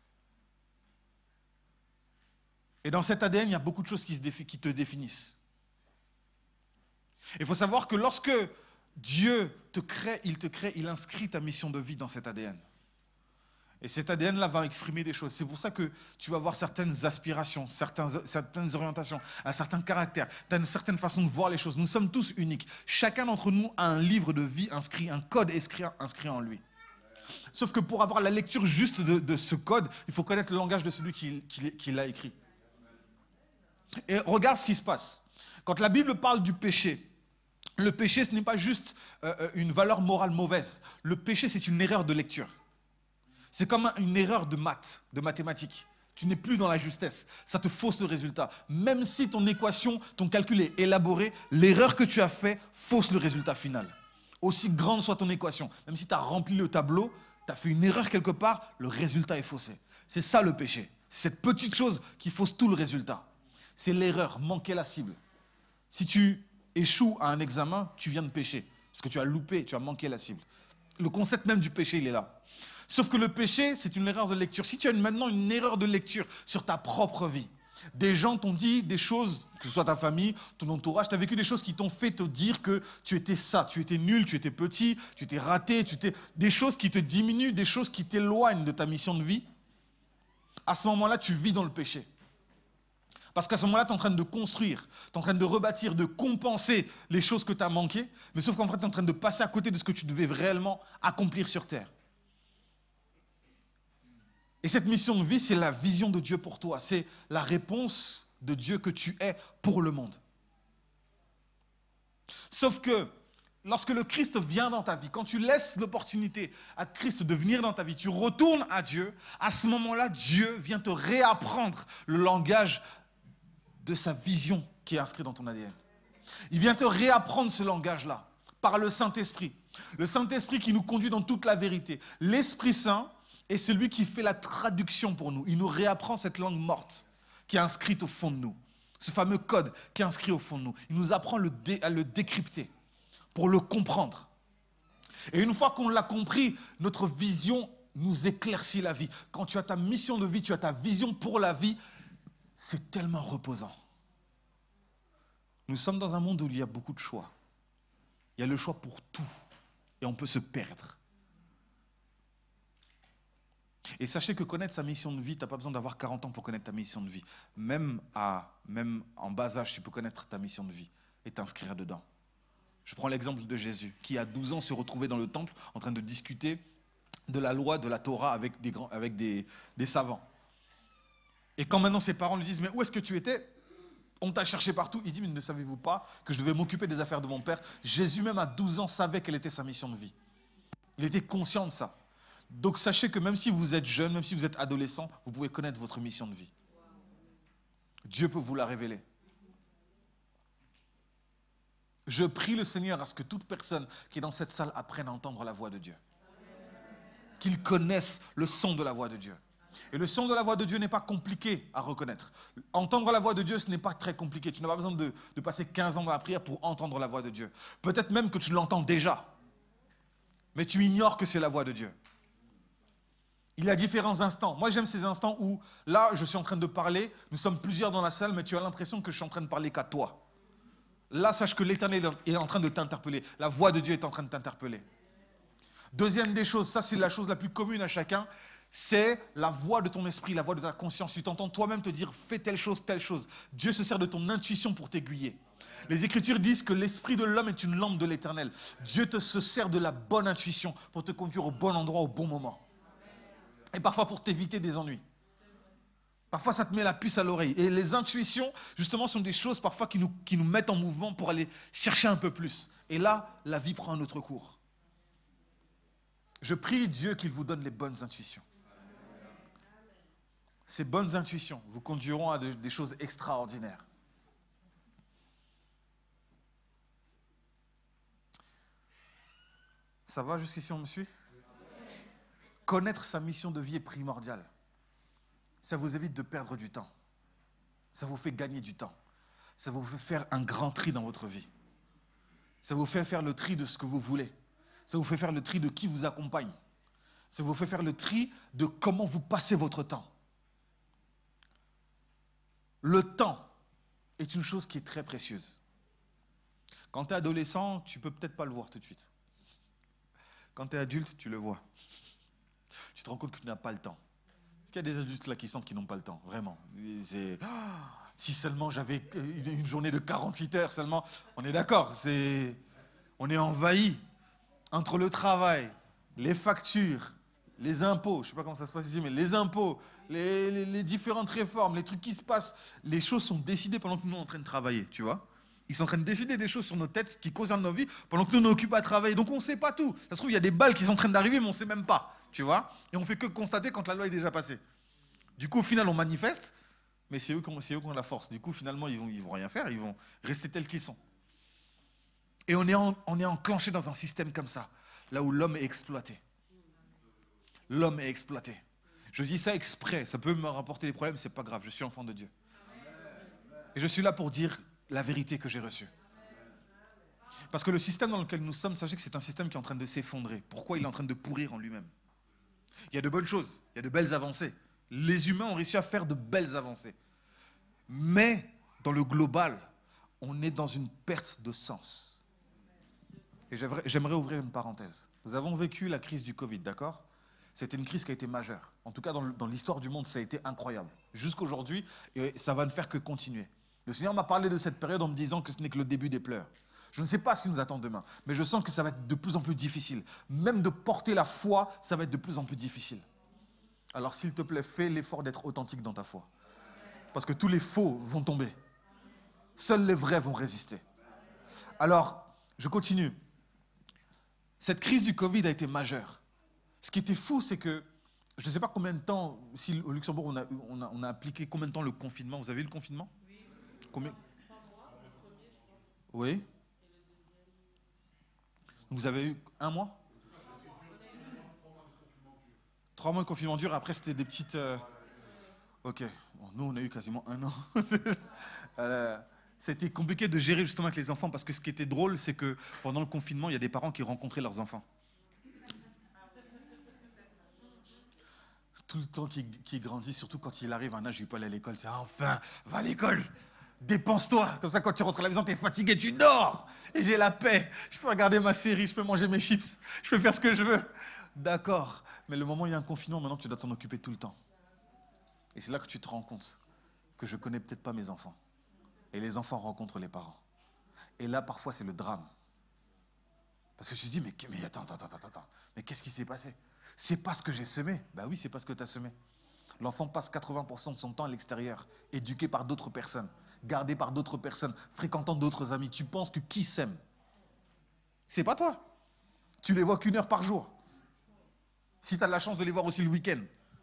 Et dans cet A D N, il y a beaucoup de choses qui, se défi- qui te définissent. Il faut savoir que lorsque Dieu te crée, il te crée, il inscrit ta mission de vie dans cet A D N. Et cet A D N-là va exprimer des choses. C'est pour ça que tu vas avoir certaines aspirations, certains, certaines orientations, un certain caractère, tu as une certaine façon de voir les choses. Nous sommes tous uniques. Chacun d'entre nous a un livre de vie inscrit, un code inscrit, inscrit en lui. Sauf que pour avoir la lecture juste de, de ce code, il faut connaître le langage de celui qui, qui, qui l'a écrit. Et regarde ce qui se passe. Quand la Bible parle du péché, le péché, ce n'est pas juste euh, une valeur morale mauvaise. Le péché, c'est une erreur de lecture. C'est comme une erreur de maths, de mathématiques. Tu n'es plus dans la justesse. Ça te fausse le résultat. Même si ton équation, ton calcul est élaboré, l'erreur que tu as fait fausse le résultat final. Aussi grande soit ton équation, même si tu as rempli le tableau, tu as fait une erreur quelque part, le résultat est faussé. C'est ça le péché. C'est cette petite chose qui fausse tout le résultat. C'est l'erreur, manquer la cible. Si tu échoues à un examen, tu viens de pécher. Parce que tu as loupé, tu as manqué la cible. Le concept même du péché, il est là. Sauf que le péché, c'est une erreur de lecture. Si tu as maintenant une erreur de lecture sur ta propre vie, des gens t'ont dit des choses, que ce soit ta famille, ton entourage, tu as vécu des choses qui t'ont fait te dire que tu étais ça, tu étais nul, tu étais petit, tu étais raté, tu étais... des choses qui te diminuent, des choses qui t'éloignent de ta mission de vie. À ce moment-là, tu vis dans le péché. Parce qu'à ce moment-là, tu es en train de construire, tu es en train de rebâtir, de compenser les choses que tu as manquées, mais sauf qu'en fait, tu es en train de passer à côté de ce que tu devais réellement accomplir sur terre. Et cette mission de vie, c'est la vision de Dieu pour toi. C'est la réponse de Dieu que tu es pour le monde. Sauf que lorsque le Christ vient dans ta vie, quand tu laisses l'opportunité à Christ de venir dans ta vie, tu retournes à Dieu, à ce moment-là, Dieu vient te réapprendre le langage de sa vision qui est inscrite dans ton A D N. Il vient te réapprendre ce langage-là par le Saint-Esprit. Le Saint-Esprit qui nous conduit dans toute la vérité. L'Esprit Saint est celui qui fait la traduction pour nous. Il nous réapprend cette langue morte qui est inscrite au fond de nous. Ce fameux code qui est inscrit au fond de nous. Il nous apprend le dé- à le décrypter pour le comprendre. Et une fois qu'on l'a compris, notre vision nous éclaircit la vie. Quand tu as ta mission de vie, tu as ta vision pour la vie, c'est tellement reposant. Nous sommes dans un monde où il y a beaucoup de choix. Il y a le choix pour tout. Et on peut se perdre. Et sachez que connaître sa mission de vie, tu n'as pas besoin d'avoir quarante ans pour connaître ta mission de vie. Même, à, même en bas âge, tu peux connaître ta mission de vie et t'inscrire dedans. Je prends l'exemple de Jésus, qui à douze ans se retrouvait dans le temple en train de discuter de la loi, de la Torah avec des, grands, avec des, des savants. Et quand maintenant ses parents lui disent « Mais où est-ce que tu étais ? On t'a cherché partout. » Il dit « Mais ne savez-vous pas que je devais m'occuper des affaires de mon père ?» Jésus même à douze ans savait quelle était sa mission de vie. Il était conscient de ça. Donc sachez que même si vous êtes jeune, même si vous êtes adolescent, vous pouvez connaître votre mission de vie. Dieu peut vous la révéler. Je prie le Seigneur à ce que toute personne qui est dans cette salle apprenne à entendre la voix de Dieu. Qu'il connaisse le son de la voix de Dieu. Et le son de la voix de Dieu n'est pas compliqué à reconnaître. Entendre la voix de Dieu, ce n'est pas très compliqué. Tu n'as pas besoin de, de passer quinze ans dans la prière pour entendre la voix de Dieu. Peut-être même que tu l'entends déjà. Mais tu ignores que c'est la voix de Dieu. Il y a différents instants. Moi, j'aime ces instants où, là, je suis en train de parler, nous sommes plusieurs dans la salle, mais tu as l'impression que je suis en train de parler qu'à toi. Là, sache que l'Éternel est en train de t'interpeller. La voix de Dieu est en train de t'interpeller. Deuxième des choses, ça c'est la chose la plus commune à chacun, c'est la voix de ton esprit, la voix de ta conscience. Tu t'entends toi-même te dire, fais telle chose, telle chose. Dieu se sert de ton intuition pour t'aiguiller. Les Écritures disent que l'esprit de l'homme est une lampe de l'Éternel. Dieu te se sert de la bonne intuition pour te conduire au bon endroit, au bon moment. Et parfois pour t'éviter des ennuis. Parfois, ça te met la puce à l'oreille. Et les intuitions, justement, sont des choses parfois qui nous, qui nous mettent en mouvement pour aller chercher un peu plus. Et là, la vie prend un autre cours. Je prie Dieu qu'il vous donne les bonnes intuitions. Ces bonnes intuitions vous conduiront à de, des choses extraordinaires. Ça va jusqu'ici, on me suit ? Connaître sa mission de vie est primordial. Ça vous évite de perdre du temps. Ça vous fait gagner du temps. Ça vous fait faire un grand tri dans votre vie. Ça vous fait faire le tri de ce que vous voulez. Ça vous fait faire le tri de qui vous accompagne. Ça vous fait faire le tri de comment vous passez votre temps. Le temps est une chose qui est très précieuse. Quand tu es adolescent, tu ne peux peut-être pas le voir tout de suite. Quand tu es adulte, tu le vois. Tu te rends compte que tu n'as pas le temps. Est-ce qu'il y a des adultes là qui sentent qu'ils n'ont pas le temps? Vraiment. C'est, oh, si seulement j'avais une, une journée de quarante-huit heures seulement. On est d'accord, c'est, on est envahi entre le travail, les factures, les impôts, je ne sais pas comment ça se passe ici, mais les impôts, les, les, les différentes réformes, les trucs qui se passent, les choses sont décidées pendant que nous, on est en train de travailler, tu vois. Ils sont en train de décider des choses sur nos têtes qui concernent nos vies pendant que nous, nous occupons à travailler. Donc, on ne sait pas tout. Ça se trouve, il y a des balles qui sont en train d'arriver, mais on ne sait même pas, tu vois. Et on ne fait que constater quand la loi est déjà passée. Du coup, au final, on manifeste, mais c'est eux qui ont, c'est eux qui ont la force. Du coup, finalement, ils ne vont, ils vont rien faire, ils vont rester tels qu'ils sont. Et on est, en, on est enclenché dans un système comme ça, là où l'homme est exploité. L'homme est exploité. Je dis ça exprès, ça peut me rapporter des problèmes, c'est pas grave, je suis enfant de Dieu. Et je suis là pour dire la vérité que j'ai reçue. Parce que le système dans lequel nous sommes, sachez que c'est un système qui est en train de s'effondrer. Pourquoi il est en train de pourrir en lui-même? Il y a de bonnes choses, il y a de belles avancées. Les humains ont réussi à faire de belles avancées. Mais dans le global, on est dans une perte de sens. Et j'aimerais, j'aimerais ouvrir une parenthèse. Nous avons vécu la crise du Covid, d'accord? C'était une crise qui a été majeure. En tout cas, dans, le, dans l'histoire du monde, ça a été incroyable. Jusqu'aujourd'hui, et ça va ne faire que continuer. Le Seigneur m'a parlé de cette période en me disant que ce n'est que le début des pleurs. Je ne sais pas ce qui nous attend demain, mais je sens que ça va être de plus en plus difficile. Même de porter la foi, ça va être de plus en plus difficile. Alors, s'il te plaît, fais l'effort d'être authentique dans ta foi. Parce que tous les faux vont tomber. Seuls les vrais vont résister. Alors, je continue. Cette crise du Covid a été majeure. Ce qui était fou, c'est que, je ne sais pas combien de temps, si au Luxembourg, on a, on, a, on a appliqué combien de temps le confinement. Vous avez eu le confinement? Oui. Combien? Oui. Donc vous avez eu un mois? Trois mois de confinement dur, après c'était des petites... Euh... Ok, bon, nous on a eu quasiment un an. euh, C'était compliqué de gérer justement avec les enfants, parce que ce qui était drôle, c'est que pendant le confinement, il y a des parents qui rencontraient leurs enfants. Tout le temps qu'il, qu'il grandit, surtout quand il arrive à un âge où il peut aller à l'école, c'est enfin, va à l'école, dépense-toi. Comme ça, quand tu rentres à la maison, tu es fatigué, tu dors. Et j'ai la paix. Je peux regarder ma série, je peux manger mes chips, je peux faire ce que je veux. D'accord. Mais le moment où il y a un confinement, maintenant tu dois t'en occuper tout le temps. Et c'est là que tu te rends compte que je connais peut-être pas mes enfants. Et les enfants rencontrent les parents. Et là, parfois, c'est le drame. Parce que tu te dis, mais, mais attends, attends, attends, attends, mais qu'est-ce qui s'est passé? C'est pas ce que j'ai semé. Ben oui, c'est pas ce que tu as semé. L'enfant passe quatre-vingts pour cent de son temps à l'extérieur, éduqué par d'autres personnes, gardé par d'autres personnes, fréquentant d'autres amis. Tu penses que qui sème? C'est pas toi. Tu les vois qu'une heure par jour. Si tu as la chance de les voir aussi le week-end.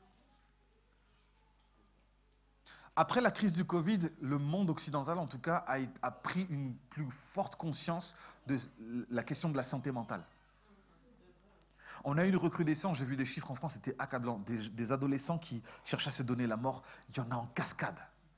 Après la crise du Covid, le monde occidental, en tout cas, a, a pris une plus forte conscience de la question de la santé mentale. On a eu une recrudescence, j'ai vu des chiffres en France, c'était accablant. Des, des adolescents qui cherchent à se donner la mort, il y en a en cascade.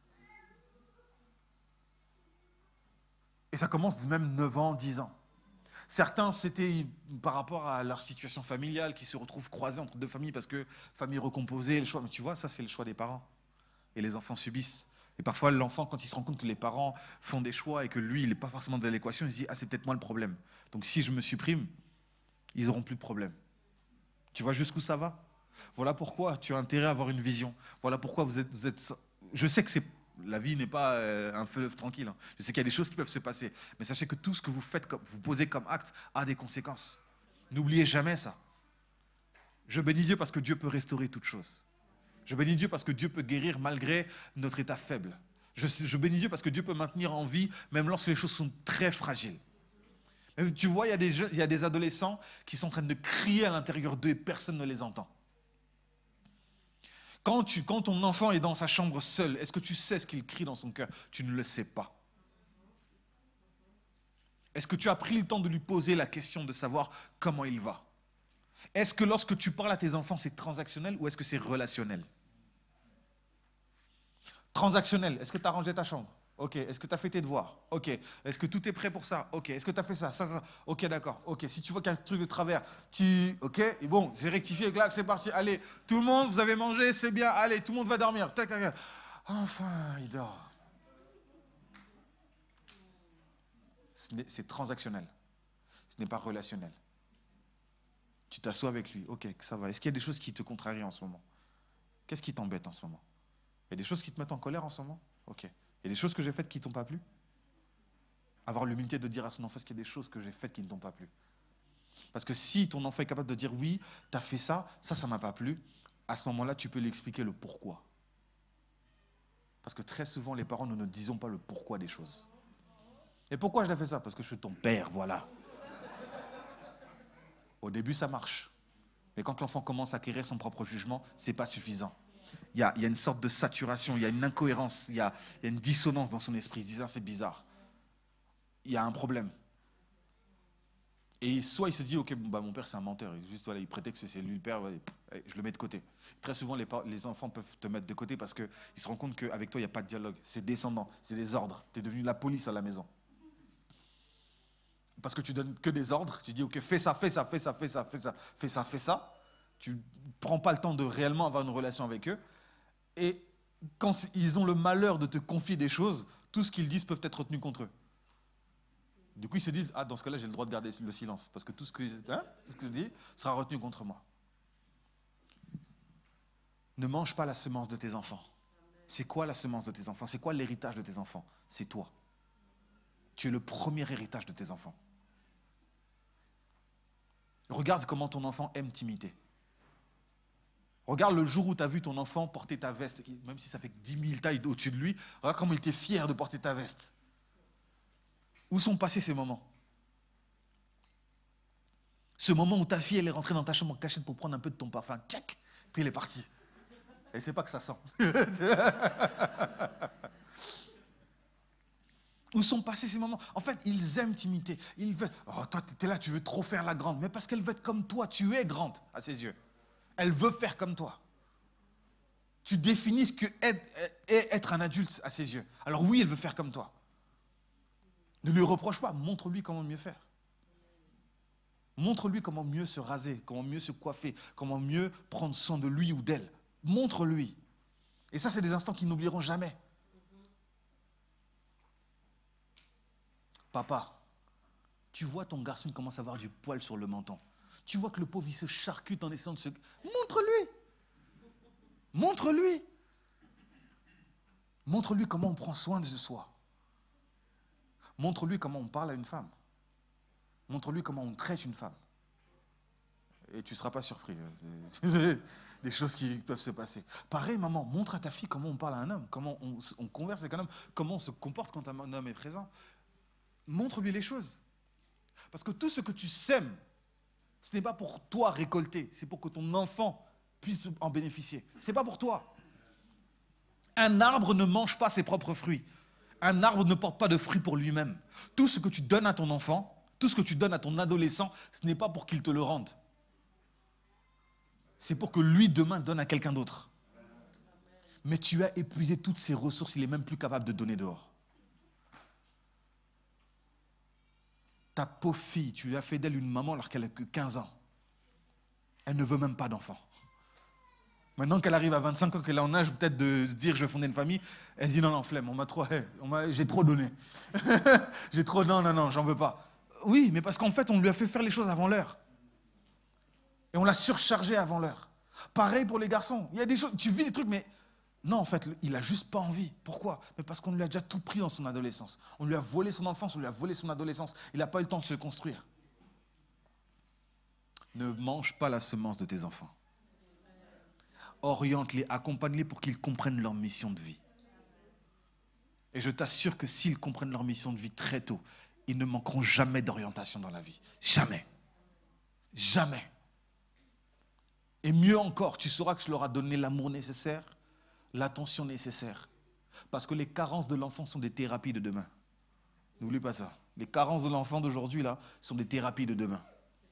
Et ça commence de même neuf ans, dix ans. Certains, c'était par rapport à leur situation familiale, qui se retrouvent croisés entre deux familles parce que famille recomposée, le choix. Mais tu vois, ça, c'est le choix des parents. Et les enfants subissent. Et parfois, l'enfant, quand il se rend compte que les parents font des choix et que lui, il n'est pas forcément dans l'équation, il se dit « Ah, c'est peut-être moi le problème. Donc, si je me supprime, ils n'auront plus de problème. » Tu vois jusqu'où ça va? Voilà pourquoi tu as intérêt à avoir une vision. Voilà pourquoi vous êtes... Vous êtes... Je sais que c'est... la vie n'est pas euh, un fleuve tranquille. Hein. Je sais qu'il y a des choses qui peuvent se passer. Mais sachez que tout ce que vous faites, comme, vous posez comme acte, a des conséquences. N'oubliez jamais ça. Je bénis Dieu parce que Dieu peut restaurer toutes choses. Je bénis Dieu parce que Dieu peut guérir malgré notre état faible. Je, je bénis Dieu parce que Dieu peut maintenir en vie même lorsque les choses sont très fragiles. Mais tu vois, il y a des jeunes, il y a des adolescents qui sont en train de crier à l'intérieur d'eux et personne ne les entend. Quand, tu, quand ton enfant est dans sa chambre seul, est-ce que tu sais ce qu'il crie dans son cœur? Tu ne le sais pas. Est-ce que tu as pris le temps de lui poser la question de savoir comment il va? Est-ce que lorsque tu parles à tes enfants, c'est transactionnel ou est-ce que c'est relationnel? Transactionnel, est-ce que tu as rangé ta chambre? Ok. Est-ce que tu as fait tes devoirs? Ok. Est-ce que tout est prêt pour ça? Ok. Est-ce que tu as fait ça, ça, ça? Ok, d'accord. Ok. Si tu vois qu'il y a un truc de travers, tu... Ok. Et bon, j'ai rectifié, là, c'est parti. Allez, tout le monde, vous avez mangé, c'est bien. Allez, tout le monde va dormir. Tac, tac, tac. Enfin, il dort. C'est transactionnel. Ce n'est pas relationnel. Tu t'assois avec lui. Ok, ça va. Est-ce qu'il y a des choses qui te contrarient en ce moment? Qu'est-ce qui t'embête en ce moment? Il y a des choses qui te mettent en colère en ce moment? Ok. Il y a des choses que j'ai faites qui ne t'ont pas plu? Avoir l'humilité de dire à son enfant, est-ce qu'il y a des choses que j'ai faites qui ne t'ont pas plu? Parce que si ton enfant est capable de dire, oui, tu as fait ça, ça, ça ne m'a pas plu, à ce moment-là, tu peux lui expliquer le pourquoi. Parce que très souvent, les parents, nous ne disons pas le pourquoi des choses. Et pourquoi je l'ai fait ça? Parce que je suis ton père, voilà. Au début, ça marche. Mais quand l'enfant commence à acquérir son propre jugement, ce n'est pas suffisant. Il y, a, il y a une sorte de saturation, il y a une incohérence, il y a, il y a une dissonance dans son esprit. Il se dit, ah, c'est bizarre. Il y a un problème. Et soit il se dit, ok, bon, bah, mon père c'est un menteur, il, juste, voilà, il prétexte que c'est lui le père, ouais, je le mets de côté. Très souvent, les, les enfants peuvent te mettre de côté parce qu'ils se rendent compte qu'avec toi, il n'y a pas de dialogue. C'est descendant, c'est des ordres. Tu es devenu la police à la maison. Parce que tu donnes que des ordres, tu dis, ok, fais ça, fais ça, fais ça, fais ça, fais ça, fais ça, fais ça. Tu ne prends pas le temps de réellement avoir une relation avec eux. Et quand ils ont le malheur de te confier des choses, tout ce qu'ils disent peut être retenu contre eux. Du coup, ils se disent, ah, dans ce cas-là, j'ai le droit de garder le silence, parce que tout ce que, hein, ce que je dis sera retenu contre moi. Ne mange pas la semence de tes enfants. C'est quoi la semence de tes enfants? C'est quoi l'héritage de tes enfants? C'est toi. Tu es le premier héritage de tes enfants. Regarde comment ton enfant aime t'imiter. Regarde le jour où tu as vu ton enfant porter ta veste, même si ça fait dix mille tailles au-dessus de lui, regarde comment il était fier de porter ta veste. Où sont passés ces moments? Ce moment où ta fille elle est rentrée dans ta chambre en cachette pour prendre un peu de ton parfum, tchac, puis elle est partie. Elle ne sait pas que ça sent. Où sont passés ces moments? En fait, ils aiment t'imiter. Ils veulent, oh, toi, tu es là, tu veux trop faire la grande. Mais parce qu'elle veut être comme toi, tu es grande à ses yeux. Elle veut faire comme toi. Tu définis ce que est être un adulte à ses yeux. Alors oui, elle veut faire comme toi. Ne lui reproche pas, montre-lui comment mieux faire. Montre-lui comment mieux se raser, comment mieux se coiffer, comment mieux prendre soin de lui ou d'elle. Montre-lui. Et ça, c'est des instants qu'ils n'oublieront jamais. Papa, tu vois ton garçon il commence à avoir du poil sur le menton. Tu vois que le pauvre, il se charcute en essayant de se... Montre-lui. Montre-lui. Montre-lui comment on prend soin de soi. Montre-lui comment on parle à une femme. Montre-lui comment on traite une femme. Et tu ne seras pas surpris. C'est des choses qui peuvent se passer. Pareil, maman, montre à ta fille comment on parle à un homme, comment on, on converse avec un homme, comment on se comporte quand un homme est présent. Montre-lui les choses. Parce que tout ce que tu sèmes, ce n'est pas pour toi récolter, c'est pour que ton enfant puisse en bénéficier. Ce n'est pas pour toi. Un arbre ne mange pas ses propres fruits. Un arbre ne porte pas de fruits pour lui-même. Tout ce que tu donnes à ton enfant, tout ce que tu donnes à ton adolescent, ce n'est pas pour qu'il te le rende. C'est pour que lui, demain, donne à quelqu'un d'autre. Mais tu as épuisé toutes ses ressources, il n'est même plus capable de donner dehors. Ta pauvre fille, tu lui as fait d'elle une maman alors qu'elle n'a que quinze ans. Elle ne veut même pas d'enfant. Maintenant qu'elle arrive à vingt-cinq ans, qu'elle est en âge peut-être de dire je vais fonder une famille, elle dit non, non, flemme, on m'a trop, on m'a, j'ai trop donné. j'ai trop, non, non, non, j'en veux pas. Oui, mais parce qu'en fait, on lui a fait faire les choses avant l'heure. Et on l'a surchargé avant l'heure. Pareil pour les garçons. Il y a des choses, tu vis des trucs, mais non, en fait, il n'a juste pas envie. Pourquoi? Mais parce qu'on lui a déjà tout pris dans son adolescence. On lui a volé son enfance, on lui a volé son adolescence. Il n'a pas eu le temps de se construire. Ne mange pas la semence de tes enfants. Oriente-les, accompagne-les pour qu'ils comprennent leur mission de vie. Et je t'assure que s'ils comprennent leur mission de vie très tôt, ils ne manqueront jamais d'orientation dans la vie. Jamais. Jamais. Et mieux encore, tu sauras que je leur ai donné l'amour nécessaire, l'attention nécessaire. Parce que les carences de l'enfant sont des thérapies de demain. N'oublie pas ça. Les carences de l'enfant d'aujourd'hui, là, sont des thérapies de demain.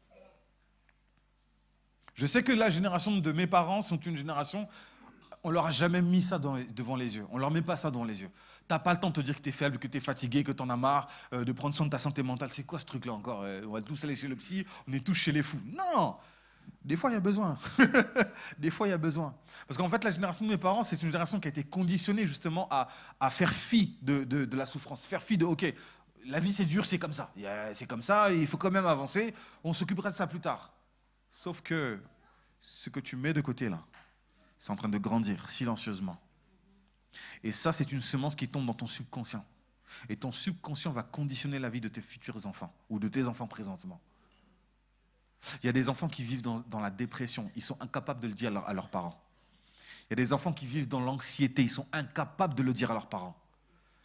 Je sais que la génération de mes parents sont une génération, on leur a jamais mis ça dans, devant les yeux. On leur met pas ça devant les yeux. T'as pas le temps de te dire que tu es faible, que tu es fatigué, que tu en as marre, euh, de prendre soin de ta santé mentale. C'est quoi ce truc-là encore? euh, On va tous aller chez le psy, on est tous chez les fous. Non! Des fois, il y a besoin. Des fois, il y a besoin. Parce qu'en fait, la génération de mes parents, c'est une génération qui a été conditionnée justement à, à faire fi de, de, de la souffrance. Faire fi de, OK, la vie c'est dur, c'est comme ça. C'est comme ça, il faut quand même avancer. On s'occupera de ça plus tard. Sauf que ce que tu mets de côté là, c'est en train de grandir silencieusement. Et ça, c'est une semence qui tombe dans ton subconscient. Et ton subconscient va conditionner la vie de tes futurs enfants ou de tes enfants présentement. Il y a des enfants qui vivent dans, dans la dépression. Ils sont incapables de le dire à, leur, à leurs parents. Il y a des enfants qui vivent dans l'anxiété. Ils sont incapables de le dire à leurs parents. Pourquoi ?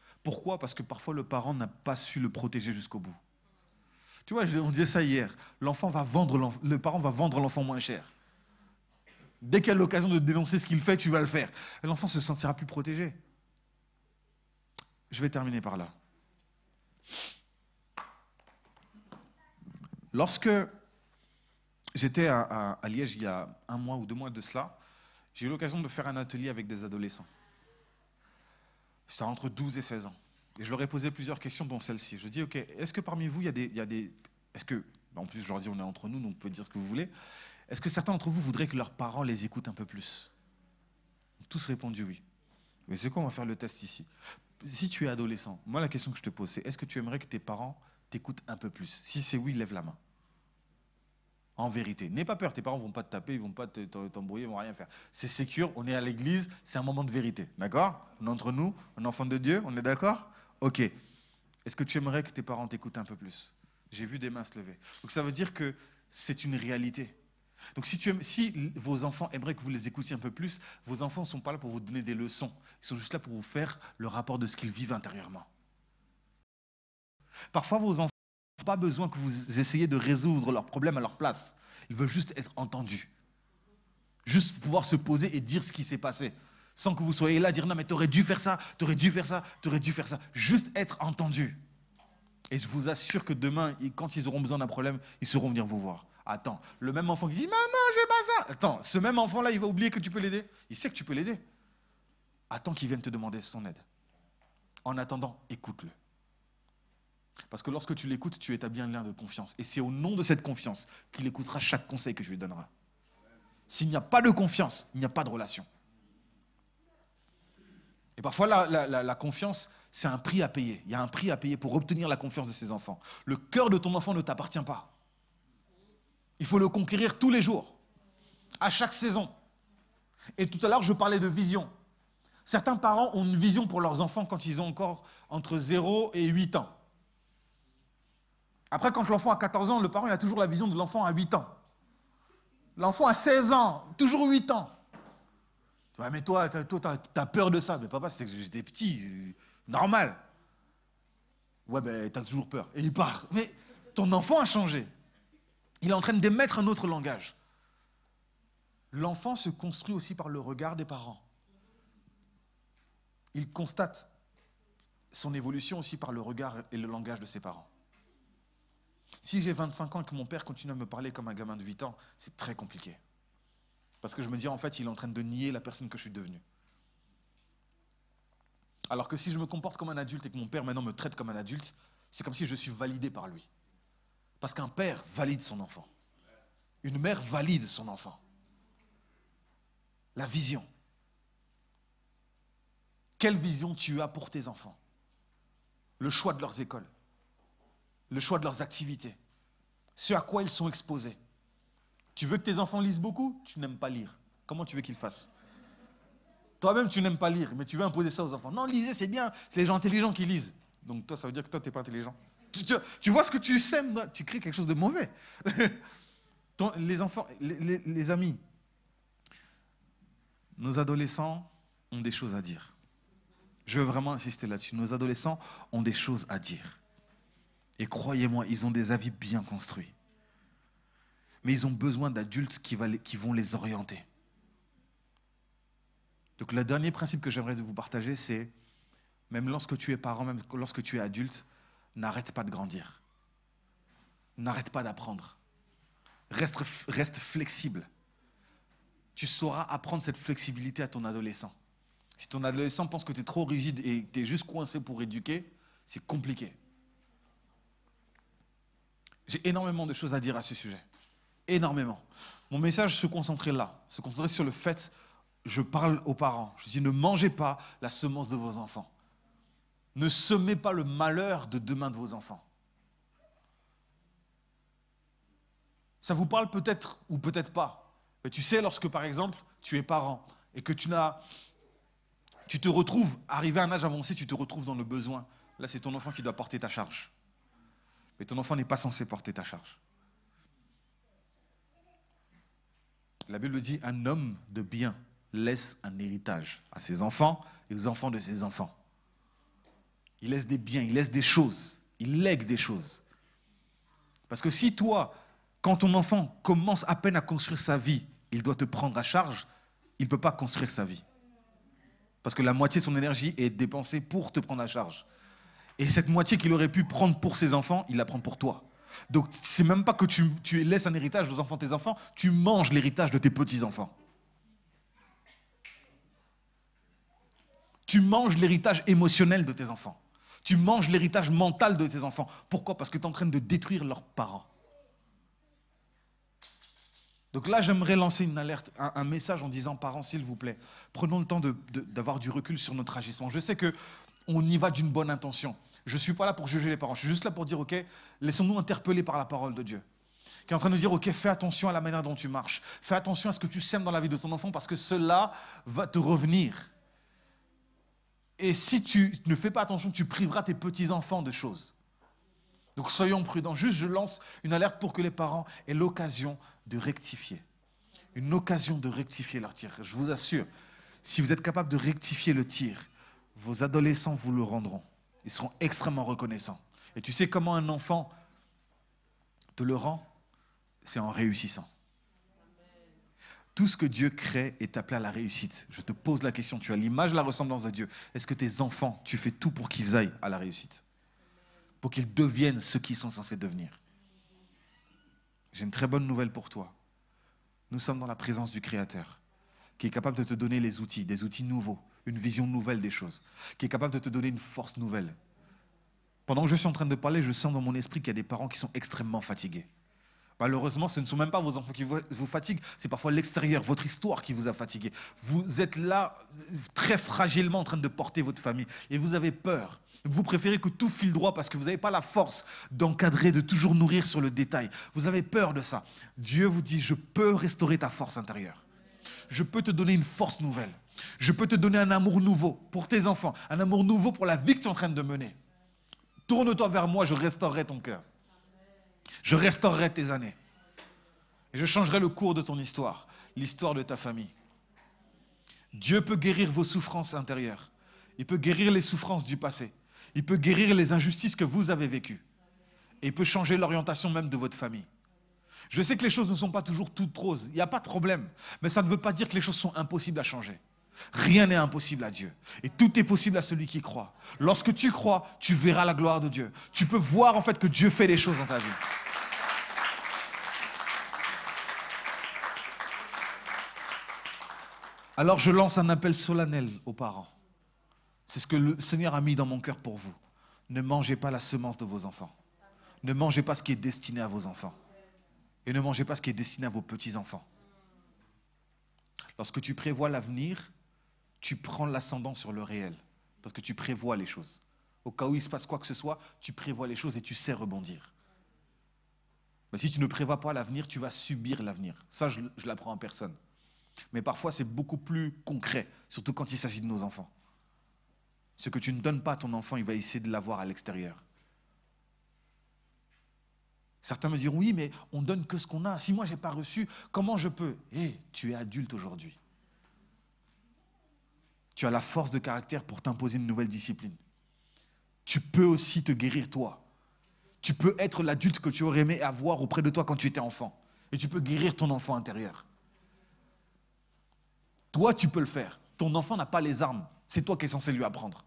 Parce que parfois, le parent n'a pas su le protéger jusqu'au bout. Tu vois, on disait ça hier. L'enfant va vendre l'enfant, le parent va vendre l'enfant moins cher. Dès qu'il y a l'occasion de dénoncer ce qu'il fait, tu vas le faire. Et l'enfant se sentira plus protégé. Je vais terminer par là. Lorsque j'étais à, à, à Liège il y a un mois ou deux mois de cela, j'ai eu l'occasion de faire un atelier avec des adolescents. C'était entre douze et seize ans. Et je leur ai posé plusieurs questions, dont celle-ci. Je dis, ok, est-ce que parmi vous, il y a des... Il y a des est-ce que, en plus, je leur dis, on est entre nous, donc vous pouvez dire ce que vous voulez. Est-ce que certains d'entre vous voudraient que leurs parents les écoutent un peu plus ? Tous répondu oui. Mais c'est quoi, on va faire le test ici. Si tu es adolescent, moi, la question que je te pose, c'est est-ce que tu aimerais que tes parents t'écoutent un peu plus ? Si c'est oui, lève la main. En vérité. N'aie pas peur, tes parents ne vont pas te taper, ils ne vont pas t'embrouiller, ils ne vont rien faire. C'est sécure, on est à l'église, c'est un moment de vérité. D'accord ? On est entre nous, on est enfant de Dieu, on est d'accord ? Ok. Est-ce que tu aimerais que tes parents t'écoutent un peu plus ? J'ai vu des mains se lever. Donc ça veut dire que c'est une réalité. Donc si, tu aimes, si vos enfants aimeraient que vous les écoutiez un peu plus, vos enfants ne sont pas là pour vous donner des leçons. Ils sont juste là pour vous faire le rapport de ce qu'ils vivent intérieurement. Parfois, vos enfants n'ont pas besoin que vous essayiez de résoudre leurs problèmes à leur place. Ils veulent juste être entendus. Juste pouvoir se poser et dire ce qui s'est passé. Sans que vous soyez là à dire « Non, mais tu aurais dû faire ça, tu aurais dû faire ça, tu aurais dû faire ça. » Juste être entendu. Et je vous assure que demain, quand ils auront besoin d'un problème, ils sauront venir vous voir. Attends, le même enfant qui dit « Maman, j'ai pas ça !» Attends, ce même enfant-là, il va oublier que tu peux l'aider. Il sait que tu peux l'aider. Attends qu'il vienne te demander son aide. En attendant, écoute-le. Parce que lorsque tu l'écoutes, tu établis un lien de confiance. Et c'est au nom de cette confiance qu'il écoutera chaque conseil que je lui donnerai. S'il n'y a pas de confiance, il n'y a pas de relation. Et parfois, la, la, la, la confiance, c'est un prix à payer. Il y a un prix à payer pour obtenir la confiance de ses enfants. Le cœur de ton enfant ne t'appartient pas. Il faut le conquérir tous les jours, à chaque saison. Et tout à l'heure, je parlais de vision. Certains parents ont une vision pour leurs enfants quand ils ont encore entre zéro et huit ans. Après, quand l'enfant a quatorze ans, le parent il a toujours la vision de l'enfant à huit ans. L'enfant a seize ans, toujours huit ans. Ouais, mais toi, tu as peur de ça. Mais papa, c'était que j'étais petit, normal. Ouais, ben, tu as toujours peur. Et il part. Mais ton enfant a changé. Il est en train d'émettre un autre langage. L'enfant se construit aussi par le regard des parents. Il constate son évolution aussi par le regard et le langage de ses parents. Si j'ai vingt-cinq ans et que mon père continue à me parler comme un gamin de huit ans, c'est très compliqué. Parce que je me dis, en fait, il est en train de nier la personne que je suis devenue. Alors que si je me comporte comme un adulte et que mon père maintenant me traite comme un adulte, c'est comme si je suis validé par lui. Parce qu'un père valide son enfant. Une mère valide son enfant. La vision. Quelle vision tu as pour tes enfants ? Le choix de leurs écoles. Le choix de leurs activités. Ce à quoi ils sont exposés. Tu veux que tes enfants lisent beaucoup ? Tu n'aimes pas lire. Comment tu veux qu'ils fassent ? Toi-même, tu n'aimes pas lire, mais tu veux imposer ça aux enfants. Non, lisez, c'est bien. C'est les gens intelligents qui lisent. Donc toi, ça veut dire que toi, tu n'es pas intelligent. Tu, tu, tu vois ce que tu sèmes ? Tu crées quelque chose de mauvais. Ton, les enfants, les, les, les amis, nos adolescents ont des choses à dire. Je veux vraiment insister là-dessus. Nos adolescents ont des choses à dire. Et croyez-moi, ils ont des avis bien construits. Mais ils ont besoin d'adultes qui, va les, qui vont les orienter. Donc le dernier principe que j'aimerais vous partager, c'est même lorsque tu es parent, même lorsque tu es adulte, n'arrête pas de grandir. N'arrête pas d'apprendre. Reste, reste flexible. Tu sauras apprendre cette flexibilité à ton adolescent. Si ton adolescent pense que tu es trop rigide et que tu es juste coincé pour éduquer, c'est compliqué. J'ai énormément de choses à dire à ce sujet. Énormément. Mon message se concentrait là, se concentrait sur le fait, je parle aux parents, je dis ne mangez pas la semence de vos enfants. Ne semez pas le malheur de demain de vos enfants. Ça vous parle peut-être ou peut-être pas. Mais tu sais, lorsque par exemple, tu es parent et que tu n'as, tu te retrouves, arrivé à un âge avancé, tu te retrouves dans le besoin. Là, c'est ton enfant qui doit porter ta charge. Mais ton enfant n'est pas censé porter ta charge. La Bible dit, un homme de bien laisse un héritage à ses enfants et aux enfants de ses enfants. Il laisse des biens, il laisse des choses, il lègue des choses. Parce que si toi, quand ton enfant commence à peine à construire sa vie, il doit te prendre à charge, il ne peut pas construire sa vie. Parce que la moitié de son énergie est dépensée pour te prendre à charge. Et cette moitié qu'il aurait pu prendre pour ses enfants, il la prend pour toi. Donc, c'est même pas que tu, tu laisses un héritage aux enfants de tes enfants, tu manges l'héritage de tes petits-enfants. Tu manges l'héritage émotionnel de tes enfants. Tu manges l'héritage mental de tes enfants. Pourquoi? Parce que tu es en train de détruire leurs parents. Donc là, j'aimerais lancer une alerte, un, un message en disant, parents, s'il vous plaît, prenons le temps de, de, d'avoir du recul sur notre agissement. Je sais qu'on y va d'une bonne intention. Je ne suis pas là pour juger les parents. Je suis juste là pour dire, OK, laissons-nous interpeller par la parole de Dieu. Qui est en train de dire, OK, fais attention à la manière dont tu marches. Fais attention à ce que tu sèmes dans la vie de ton enfant parce que cela va te revenir. Et si tu ne fais pas attention, tu priveras tes petits-enfants de choses. Donc soyons prudents. Juste, je lance une alerte pour que les parents aient l'occasion de rectifier. Une occasion de rectifier leur tir. Je vous assure, si vous êtes capable de rectifier le tir, vos adolescents vous le rendront. Ils seront extrêmement reconnaissants. Et tu sais comment un enfant te le rend? C'est en réussissant. Tout ce que Dieu crée est appelé à la réussite. Je te pose la question, tu as l'image, la ressemblance de Dieu. Est-ce que tes enfants, tu fais tout pour qu'ils aillent à la réussite? Pour qu'ils deviennent ce qu'ils sont censés devenir? J'ai une très bonne nouvelle pour toi. Nous sommes dans la présence du Créateur, qui est capable de te donner les outils, des outils nouveaux, une vision nouvelle des choses, qui est capable de te donner une force nouvelle. Pendant que je suis en train de parler, je sens dans mon esprit qu'il y a des parents qui sont extrêmement fatigués. Malheureusement, ce ne sont même pas vos enfants qui vous, vous fatiguent, c'est parfois l'extérieur, votre histoire qui vous a fatigué. Vous êtes là très fragilement en train de porter votre famille et vous avez peur. Vous préférez que tout file droit parce que vous n'avez pas la force d'encadrer, de toujours nourrir sur le détail. Vous avez peur de ça. Dieu vous dit, je peux restaurer ta force intérieure. Je peux te donner une force nouvelle. Je peux te donner un amour nouveau pour tes enfants, un amour nouveau pour la vie que tu es en train de mener. Tourne-toi vers moi, je restaurerai ton cœur. Je restaurerai tes années. Et je changerai le cours de ton histoire, l'histoire de ta famille. Dieu peut guérir vos souffrances intérieures. Il peut guérir les souffrances du passé. Il peut guérir les injustices que vous avez vécues. Et il peut changer l'orientation même de votre famille. Je sais que les choses ne sont pas toujours toutes roses. Il n'y a pas de problème. Mais ça ne veut pas dire que les choses sont impossibles à changer. Rien n'est impossible à Dieu. Et tout est possible à celui qui croit. Lorsque tu crois, tu verras la gloire de Dieu. Tu peux voir en fait que Dieu fait des choses dans ta vie. Alors je lance un appel solennel aux parents. C'est ce que le Seigneur a mis dans mon cœur pour vous. Ne mangez pas la semence de vos enfants. Ne mangez pas ce qui est destiné à vos enfants. Et ne mangez pas ce qui est destiné à vos petits-enfants. Lorsque tu prévois l'avenir, tu prends l'ascendant sur le réel. Parce que tu prévois les choses. Au cas où il se passe quoi que ce soit, tu prévois les choses et tu sais rebondir. Mais si tu ne prévois pas l'avenir, tu vas subir l'avenir. Ça, je, je l'apprends en personne. Mais parfois, c'est beaucoup plus concret, surtout quand il s'agit de nos enfants. Ce que tu ne donnes pas à ton enfant, il va essayer de l'avoir à l'extérieur. Certains me diront, oui, mais on donne que ce qu'on a. Si moi, je n'ai pas reçu, comment je peux? Hé, hey, tu es adulte aujourd'hui. Tu as la force de caractère pour t'imposer une nouvelle discipline. Tu peux aussi te guérir toi. Tu peux être l'adulte que tu aurais aimé avoir auprès de toi quand tu étais enfant. Et tu peux guérir ton enfant intérieur. Toi, tu peux le faire. Ton enfant n'a pas les armes. C'est toi qui es censé lui apprendre.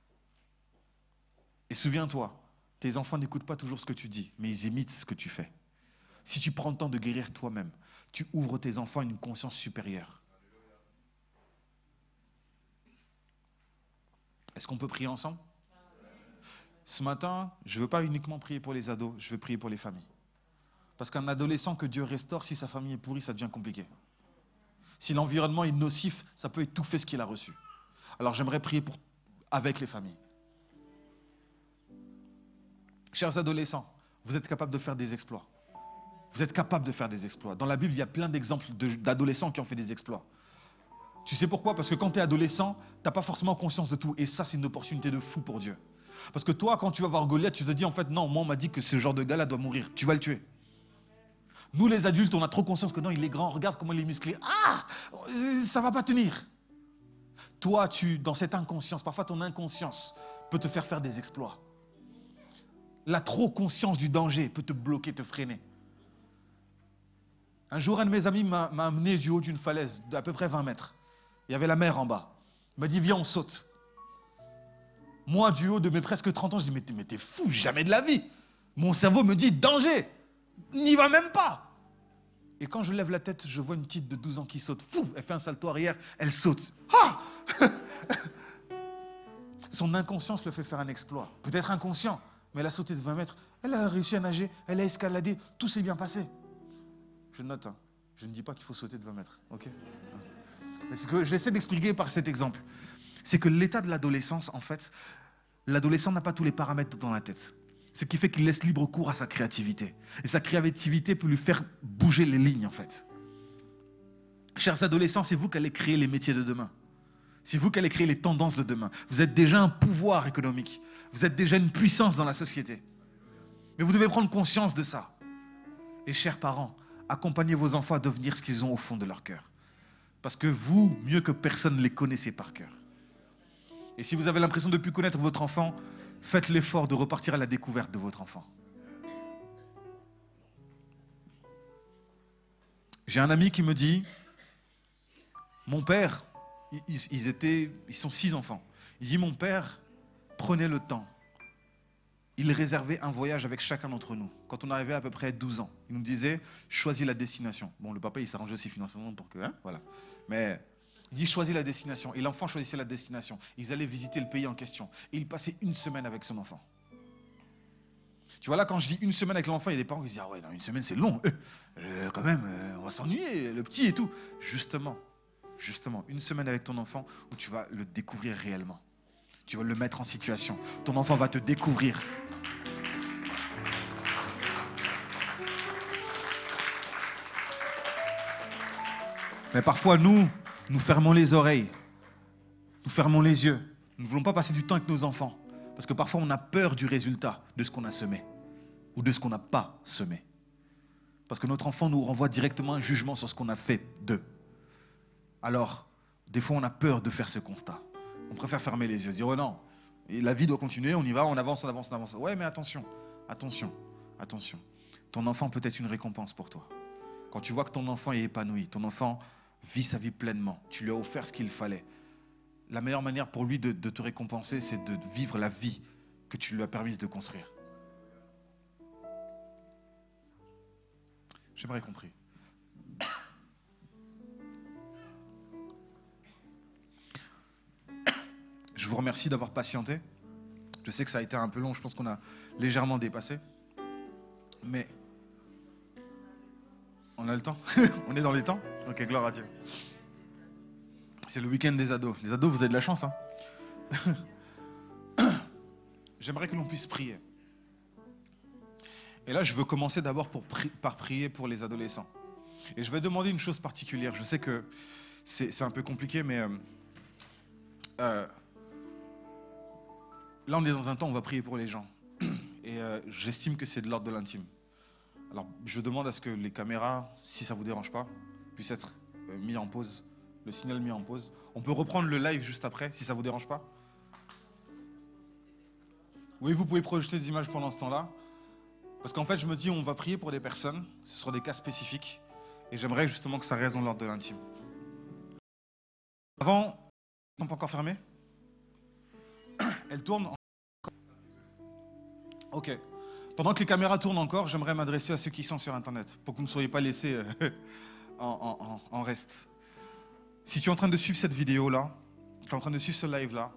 Et souviens-toi, tes enfants n'écoutent pas toujours ce que tu dis, mais ils imitent ce que tu fais. Si tu prends le temps de guérir toi-même, tu ouvres tes enfants à une conscience supérieure. Est-ce qu'on peut prier ensemble? Ce matin, je ne veux pas uniquement prier pour les ados, je veux prier pour les familles. Parce qu'un adolescent que Dieu restaure, si sa famille est pourrie, ça devient compliqué. Si l'environnement est nocif, ça peut étouffer ce qu'il a reçu. Alors j'aimerais prier pour, avec les familles. Chers adolescents, vous êtes capables de faire des exploits. Vous êtes capable de faire des exploits. Dans la Bible, il y a plein d'exemples de- d'adolescents qui ont fait des exploits. Tu sais pourquoi? Parce que quand tu es adolescent, tu n'as pas forcément conscience de tout. Et ça, c'est une opportunité de fou pour Dieu. Parce que toi, quand tu vas voir Goliath, tu te dis en fait, non, moi on m'a dit que ce genre de gars-là doit mourir. Tu vas le tuer. Nous, les adultes, on a trop conscience que non, il est grand, regarde comment il est musclé. Ah, ça va pas tenir. Toi, tu, dans cette inconscience, parfois ton inconscience peut te faire faire des exploits. La trop conscience du danger peut te bloquer, te freiner. Un jour, un de mes amis m'a, m'a amené du haut d'une falaise d'à peu près vingt mètres. Il y avait la mer en bas. Il m'a dit, viens, on saute. Moi, du haut de mes presque trente ans, je dis, mais t'es, mais t'es fou, jamais de la vie. Mon cerveau me dit, danger, n'y va même pas. Et quand je lève la tête, je vois une petite de douze ans qui saute. Fou, elle fait un salto arrière, elle saute. Ah Son inconscience le fait faire un exploit. Peut-être inconscient, mais elle a sauté de vingt mètres. Elle a réussi à nager, elle a escaladé, tout s'est bien passé. Je note, hein. Je ne dis pas qu'il faut sauter de vingt mètres. Ok. Mais ce que j'essaie d'expliquer par cet exemple, c'est que l'état de l'adolescence, en fait, l'adolescent n'a pas tous les paramètres dans la tête. Ce qui fait qu'il laisse libre cours à sa créativité. Et sa créativité peut lui faire bouger les lignes, en fait. Chers adolescents, c'est vous qui allez créer les métiers de demain. C'est vous qui allez créer les tendances de demain. Vous êtes déjà un pouvoir économique. Vous êtes déjà une puissance dans la société. Mais vous devez prendre conscience de ça. Et chers parents, accompagnez vos enfants à devenir ce qu'ils ont au fond de leur cœur. Parce que vous, mieux que personne, les connaissez par cœur. Et si vous avez l'impression de ne plus connaître votre enfant, faites l'effort de repartir à la découverte de votre enfant. J'ai un ami qui me dit, mon père, ils, ils, étaient, ils sont six enfants. Il dit, mon père prenait le temps. Il réservait un voyage avec chacun d'entre nous. Quand on arrivait à peu près douze ans, il nous disait, choisis la destination. Bon, le papa, il s'arrangeait aussi financièrement pour que, hein, voilà. Mais il dit, choisis la destination. Et l'enfant choisissait la destination. Ils allaient visiter le pays en question. Et il passait une semaine avec son enfant. Tu vois, là, quand je dis une semaine avec l'enfant, il y a des parents qui se disent, ah ouais, non, une semaine, c'est long. Euh, euh, quand même, euh, on va s'ennuyer, le petit et tout. Justement, justement, une semaine avec ton enfant où tu vas le découvrir réellement. Tu vas le mettre en situation. Ton enfant va te découvrir. Mais parfois, nous, nous fermons les oreilles. Nous fermons les yeux. Nous ne voulons pas passer du temps avec nos enfants. Parce que parfois, on a peur du résultat de ce qu'on a semé. Ou de ce qu'on n'a pas semé. Parce que notre enfant nous renvoie directement un jugement sur ce qu'on a fait d'eux. Alors, des fois, on a peur de faire ce constat. On préfère fermer les yeux, dire oh non, et la vie doit continuer, on y va, on avance, on avance, on avance. Ouais, mais attention, attention, attention. Ton enfant peut être une récompense pour toi. Quand tu vois que ton enfant est épanoui, ton enfant vit sa vie pleinement, tu lui as offert ce qu'il fallait. La meilleure manière pour lui de, de te récompenser, c'est de vivre la vie que tu lui as permis de construire. J'aimerais compris. Je vous remercie d'avoir patienté. Je sais que ça a été un peu long, je pense qu'on a légèrement dépassé. Mais on a le temps. On est dans les temps. Ok, gloire à Dieu. C'est le week-end des ados. Les ados, vous avez de la chance. Hein. J'aimerais que l'on puisse prier. Et là, je veux commencer d'abord pour pri- par prier pour les adolescents. Et je vais demander une chose particulière. Je sais que c'est, c'est un peu compliqué, mais... Euh, euh, Là, on est dans un temps où on va prier pour les gens. Et euh, j'estime que c'est de l'ordre de l'intime. Alors, je demande à ce que les caméras, si ça ne vous dérange pas, puissent être euh, mis en pause, le signal mis en pause. On peut reprendre le live juste après, si ça ne vous dérange pas. Oui, vous pouvez projeter des images pendant ce temps-là. Parce qu'en fait, je me dis, on va prier pour des personnes, ce sera des cas spécifiques. Et j'aimerais justement que ça reste dans l'ordre de l'intime. Avant, ils ne sont pas encore fermés ? Elle tourne. Ok. Pendant que les caméras tournent encore, j'aimerais m'adresser à ceux qui sont sur Internet, pour que vous ne soyez pas laissés euh, en, en, en reste. Si tu es en train de suivre cette vidéo-là, tu es en train de suivre ce live-là,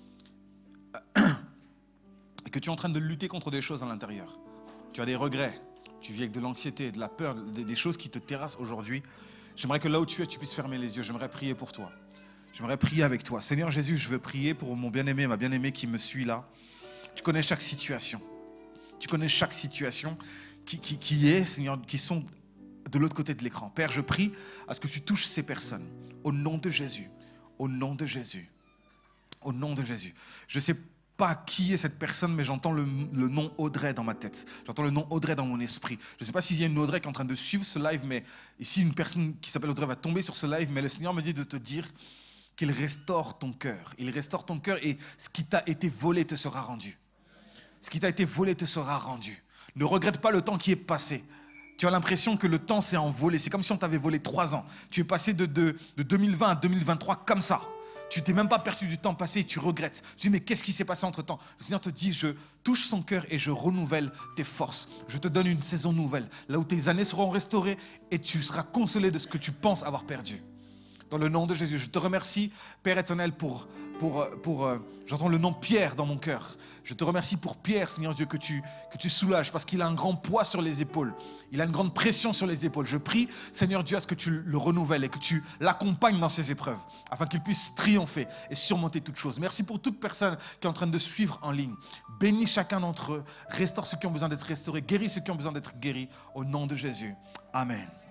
et que tu es en train de lutter contre des choses à l'intérieur, tu as des regrets, tu vis avec de l'anxiété, de la peur, des, des choses qui te terrassent aujourd'hui, j'aimerais que là où tu es, tu puisses fermer les yeux. J'aimerais prier pour toi. J'aimerais prier avec toi. Seigneur Jésus, je veux prier pour mon bien-aimé, ma bien-aimée qui me suit là. Tu connais chaque situation. Tu connais chaque situation. qui, qui, qui est, Seigneur, qui sont de l'autre côté de l'écran. Père, je prie à ce que tu touches ces personnes. Au nom de Jésus. Au nom de Jésus. Au nom de Jésus. Je ne sais pas qui est cette personne, mais j'entends le, le nom Audrey dans ma tête. J'entends le nom Audrey dans mon esprit. Je ne sais pas s'il y a une Audrey qui est en train de suivre ce live, mais ici, une personne qui s'appelle Audrey va tomber sur ce live, mais le Seigneur me dit de te dire qu'il restaure ton cœur. Il restaure ton cœur et ce qui t'a été volé te sera rendu. Ce qui t'a été volé te sera rendu. Ne regrette pas le temps qui est passé. Tu as l'impression que le temps s'est envolé. C'est comme si on t'avait volé trois ans. Tu es passé de, de, de deux mille vingt à deux mille vingt-trois comme ça. Tu t'es même pas perçu du temps passé et tu regrettes. Tu dis, mais qu'est-ce qui s'est passé entre temps? Le Seigneur te dit, je touche son cœur et je renouvelle tes forces. Je te donne une saison nouvelle, là où tes années seront restaurées et tu seras consolé de ce que tu penses avoir perdu. Dans le nom de Jésus, je te remercie, Père éternel, pour, pour, pour euh, j'entends le nom Pierre dans mon cœur. Je te remercie pour Pierre, Seigneur Dieu, que tu, que tu soulages, parce qu'il a un grand poids sur les épaules. Il a une grande pression sur les épaules. Je prie, Seigneur Dieu, à ce que tu le renouvelles et que tu l'accompagnes dans ses épreuves, afin qu'il puisse triompher et surmonter toutes choses. Merci pour toute personne qui est en train de suivre en ligne. Bénis chacun d'entre eux, restaure ceux qui ont besoin d'être restaurés, guéris ceux qui ont besoin d'être guéris, au nom de Jésus. Amen.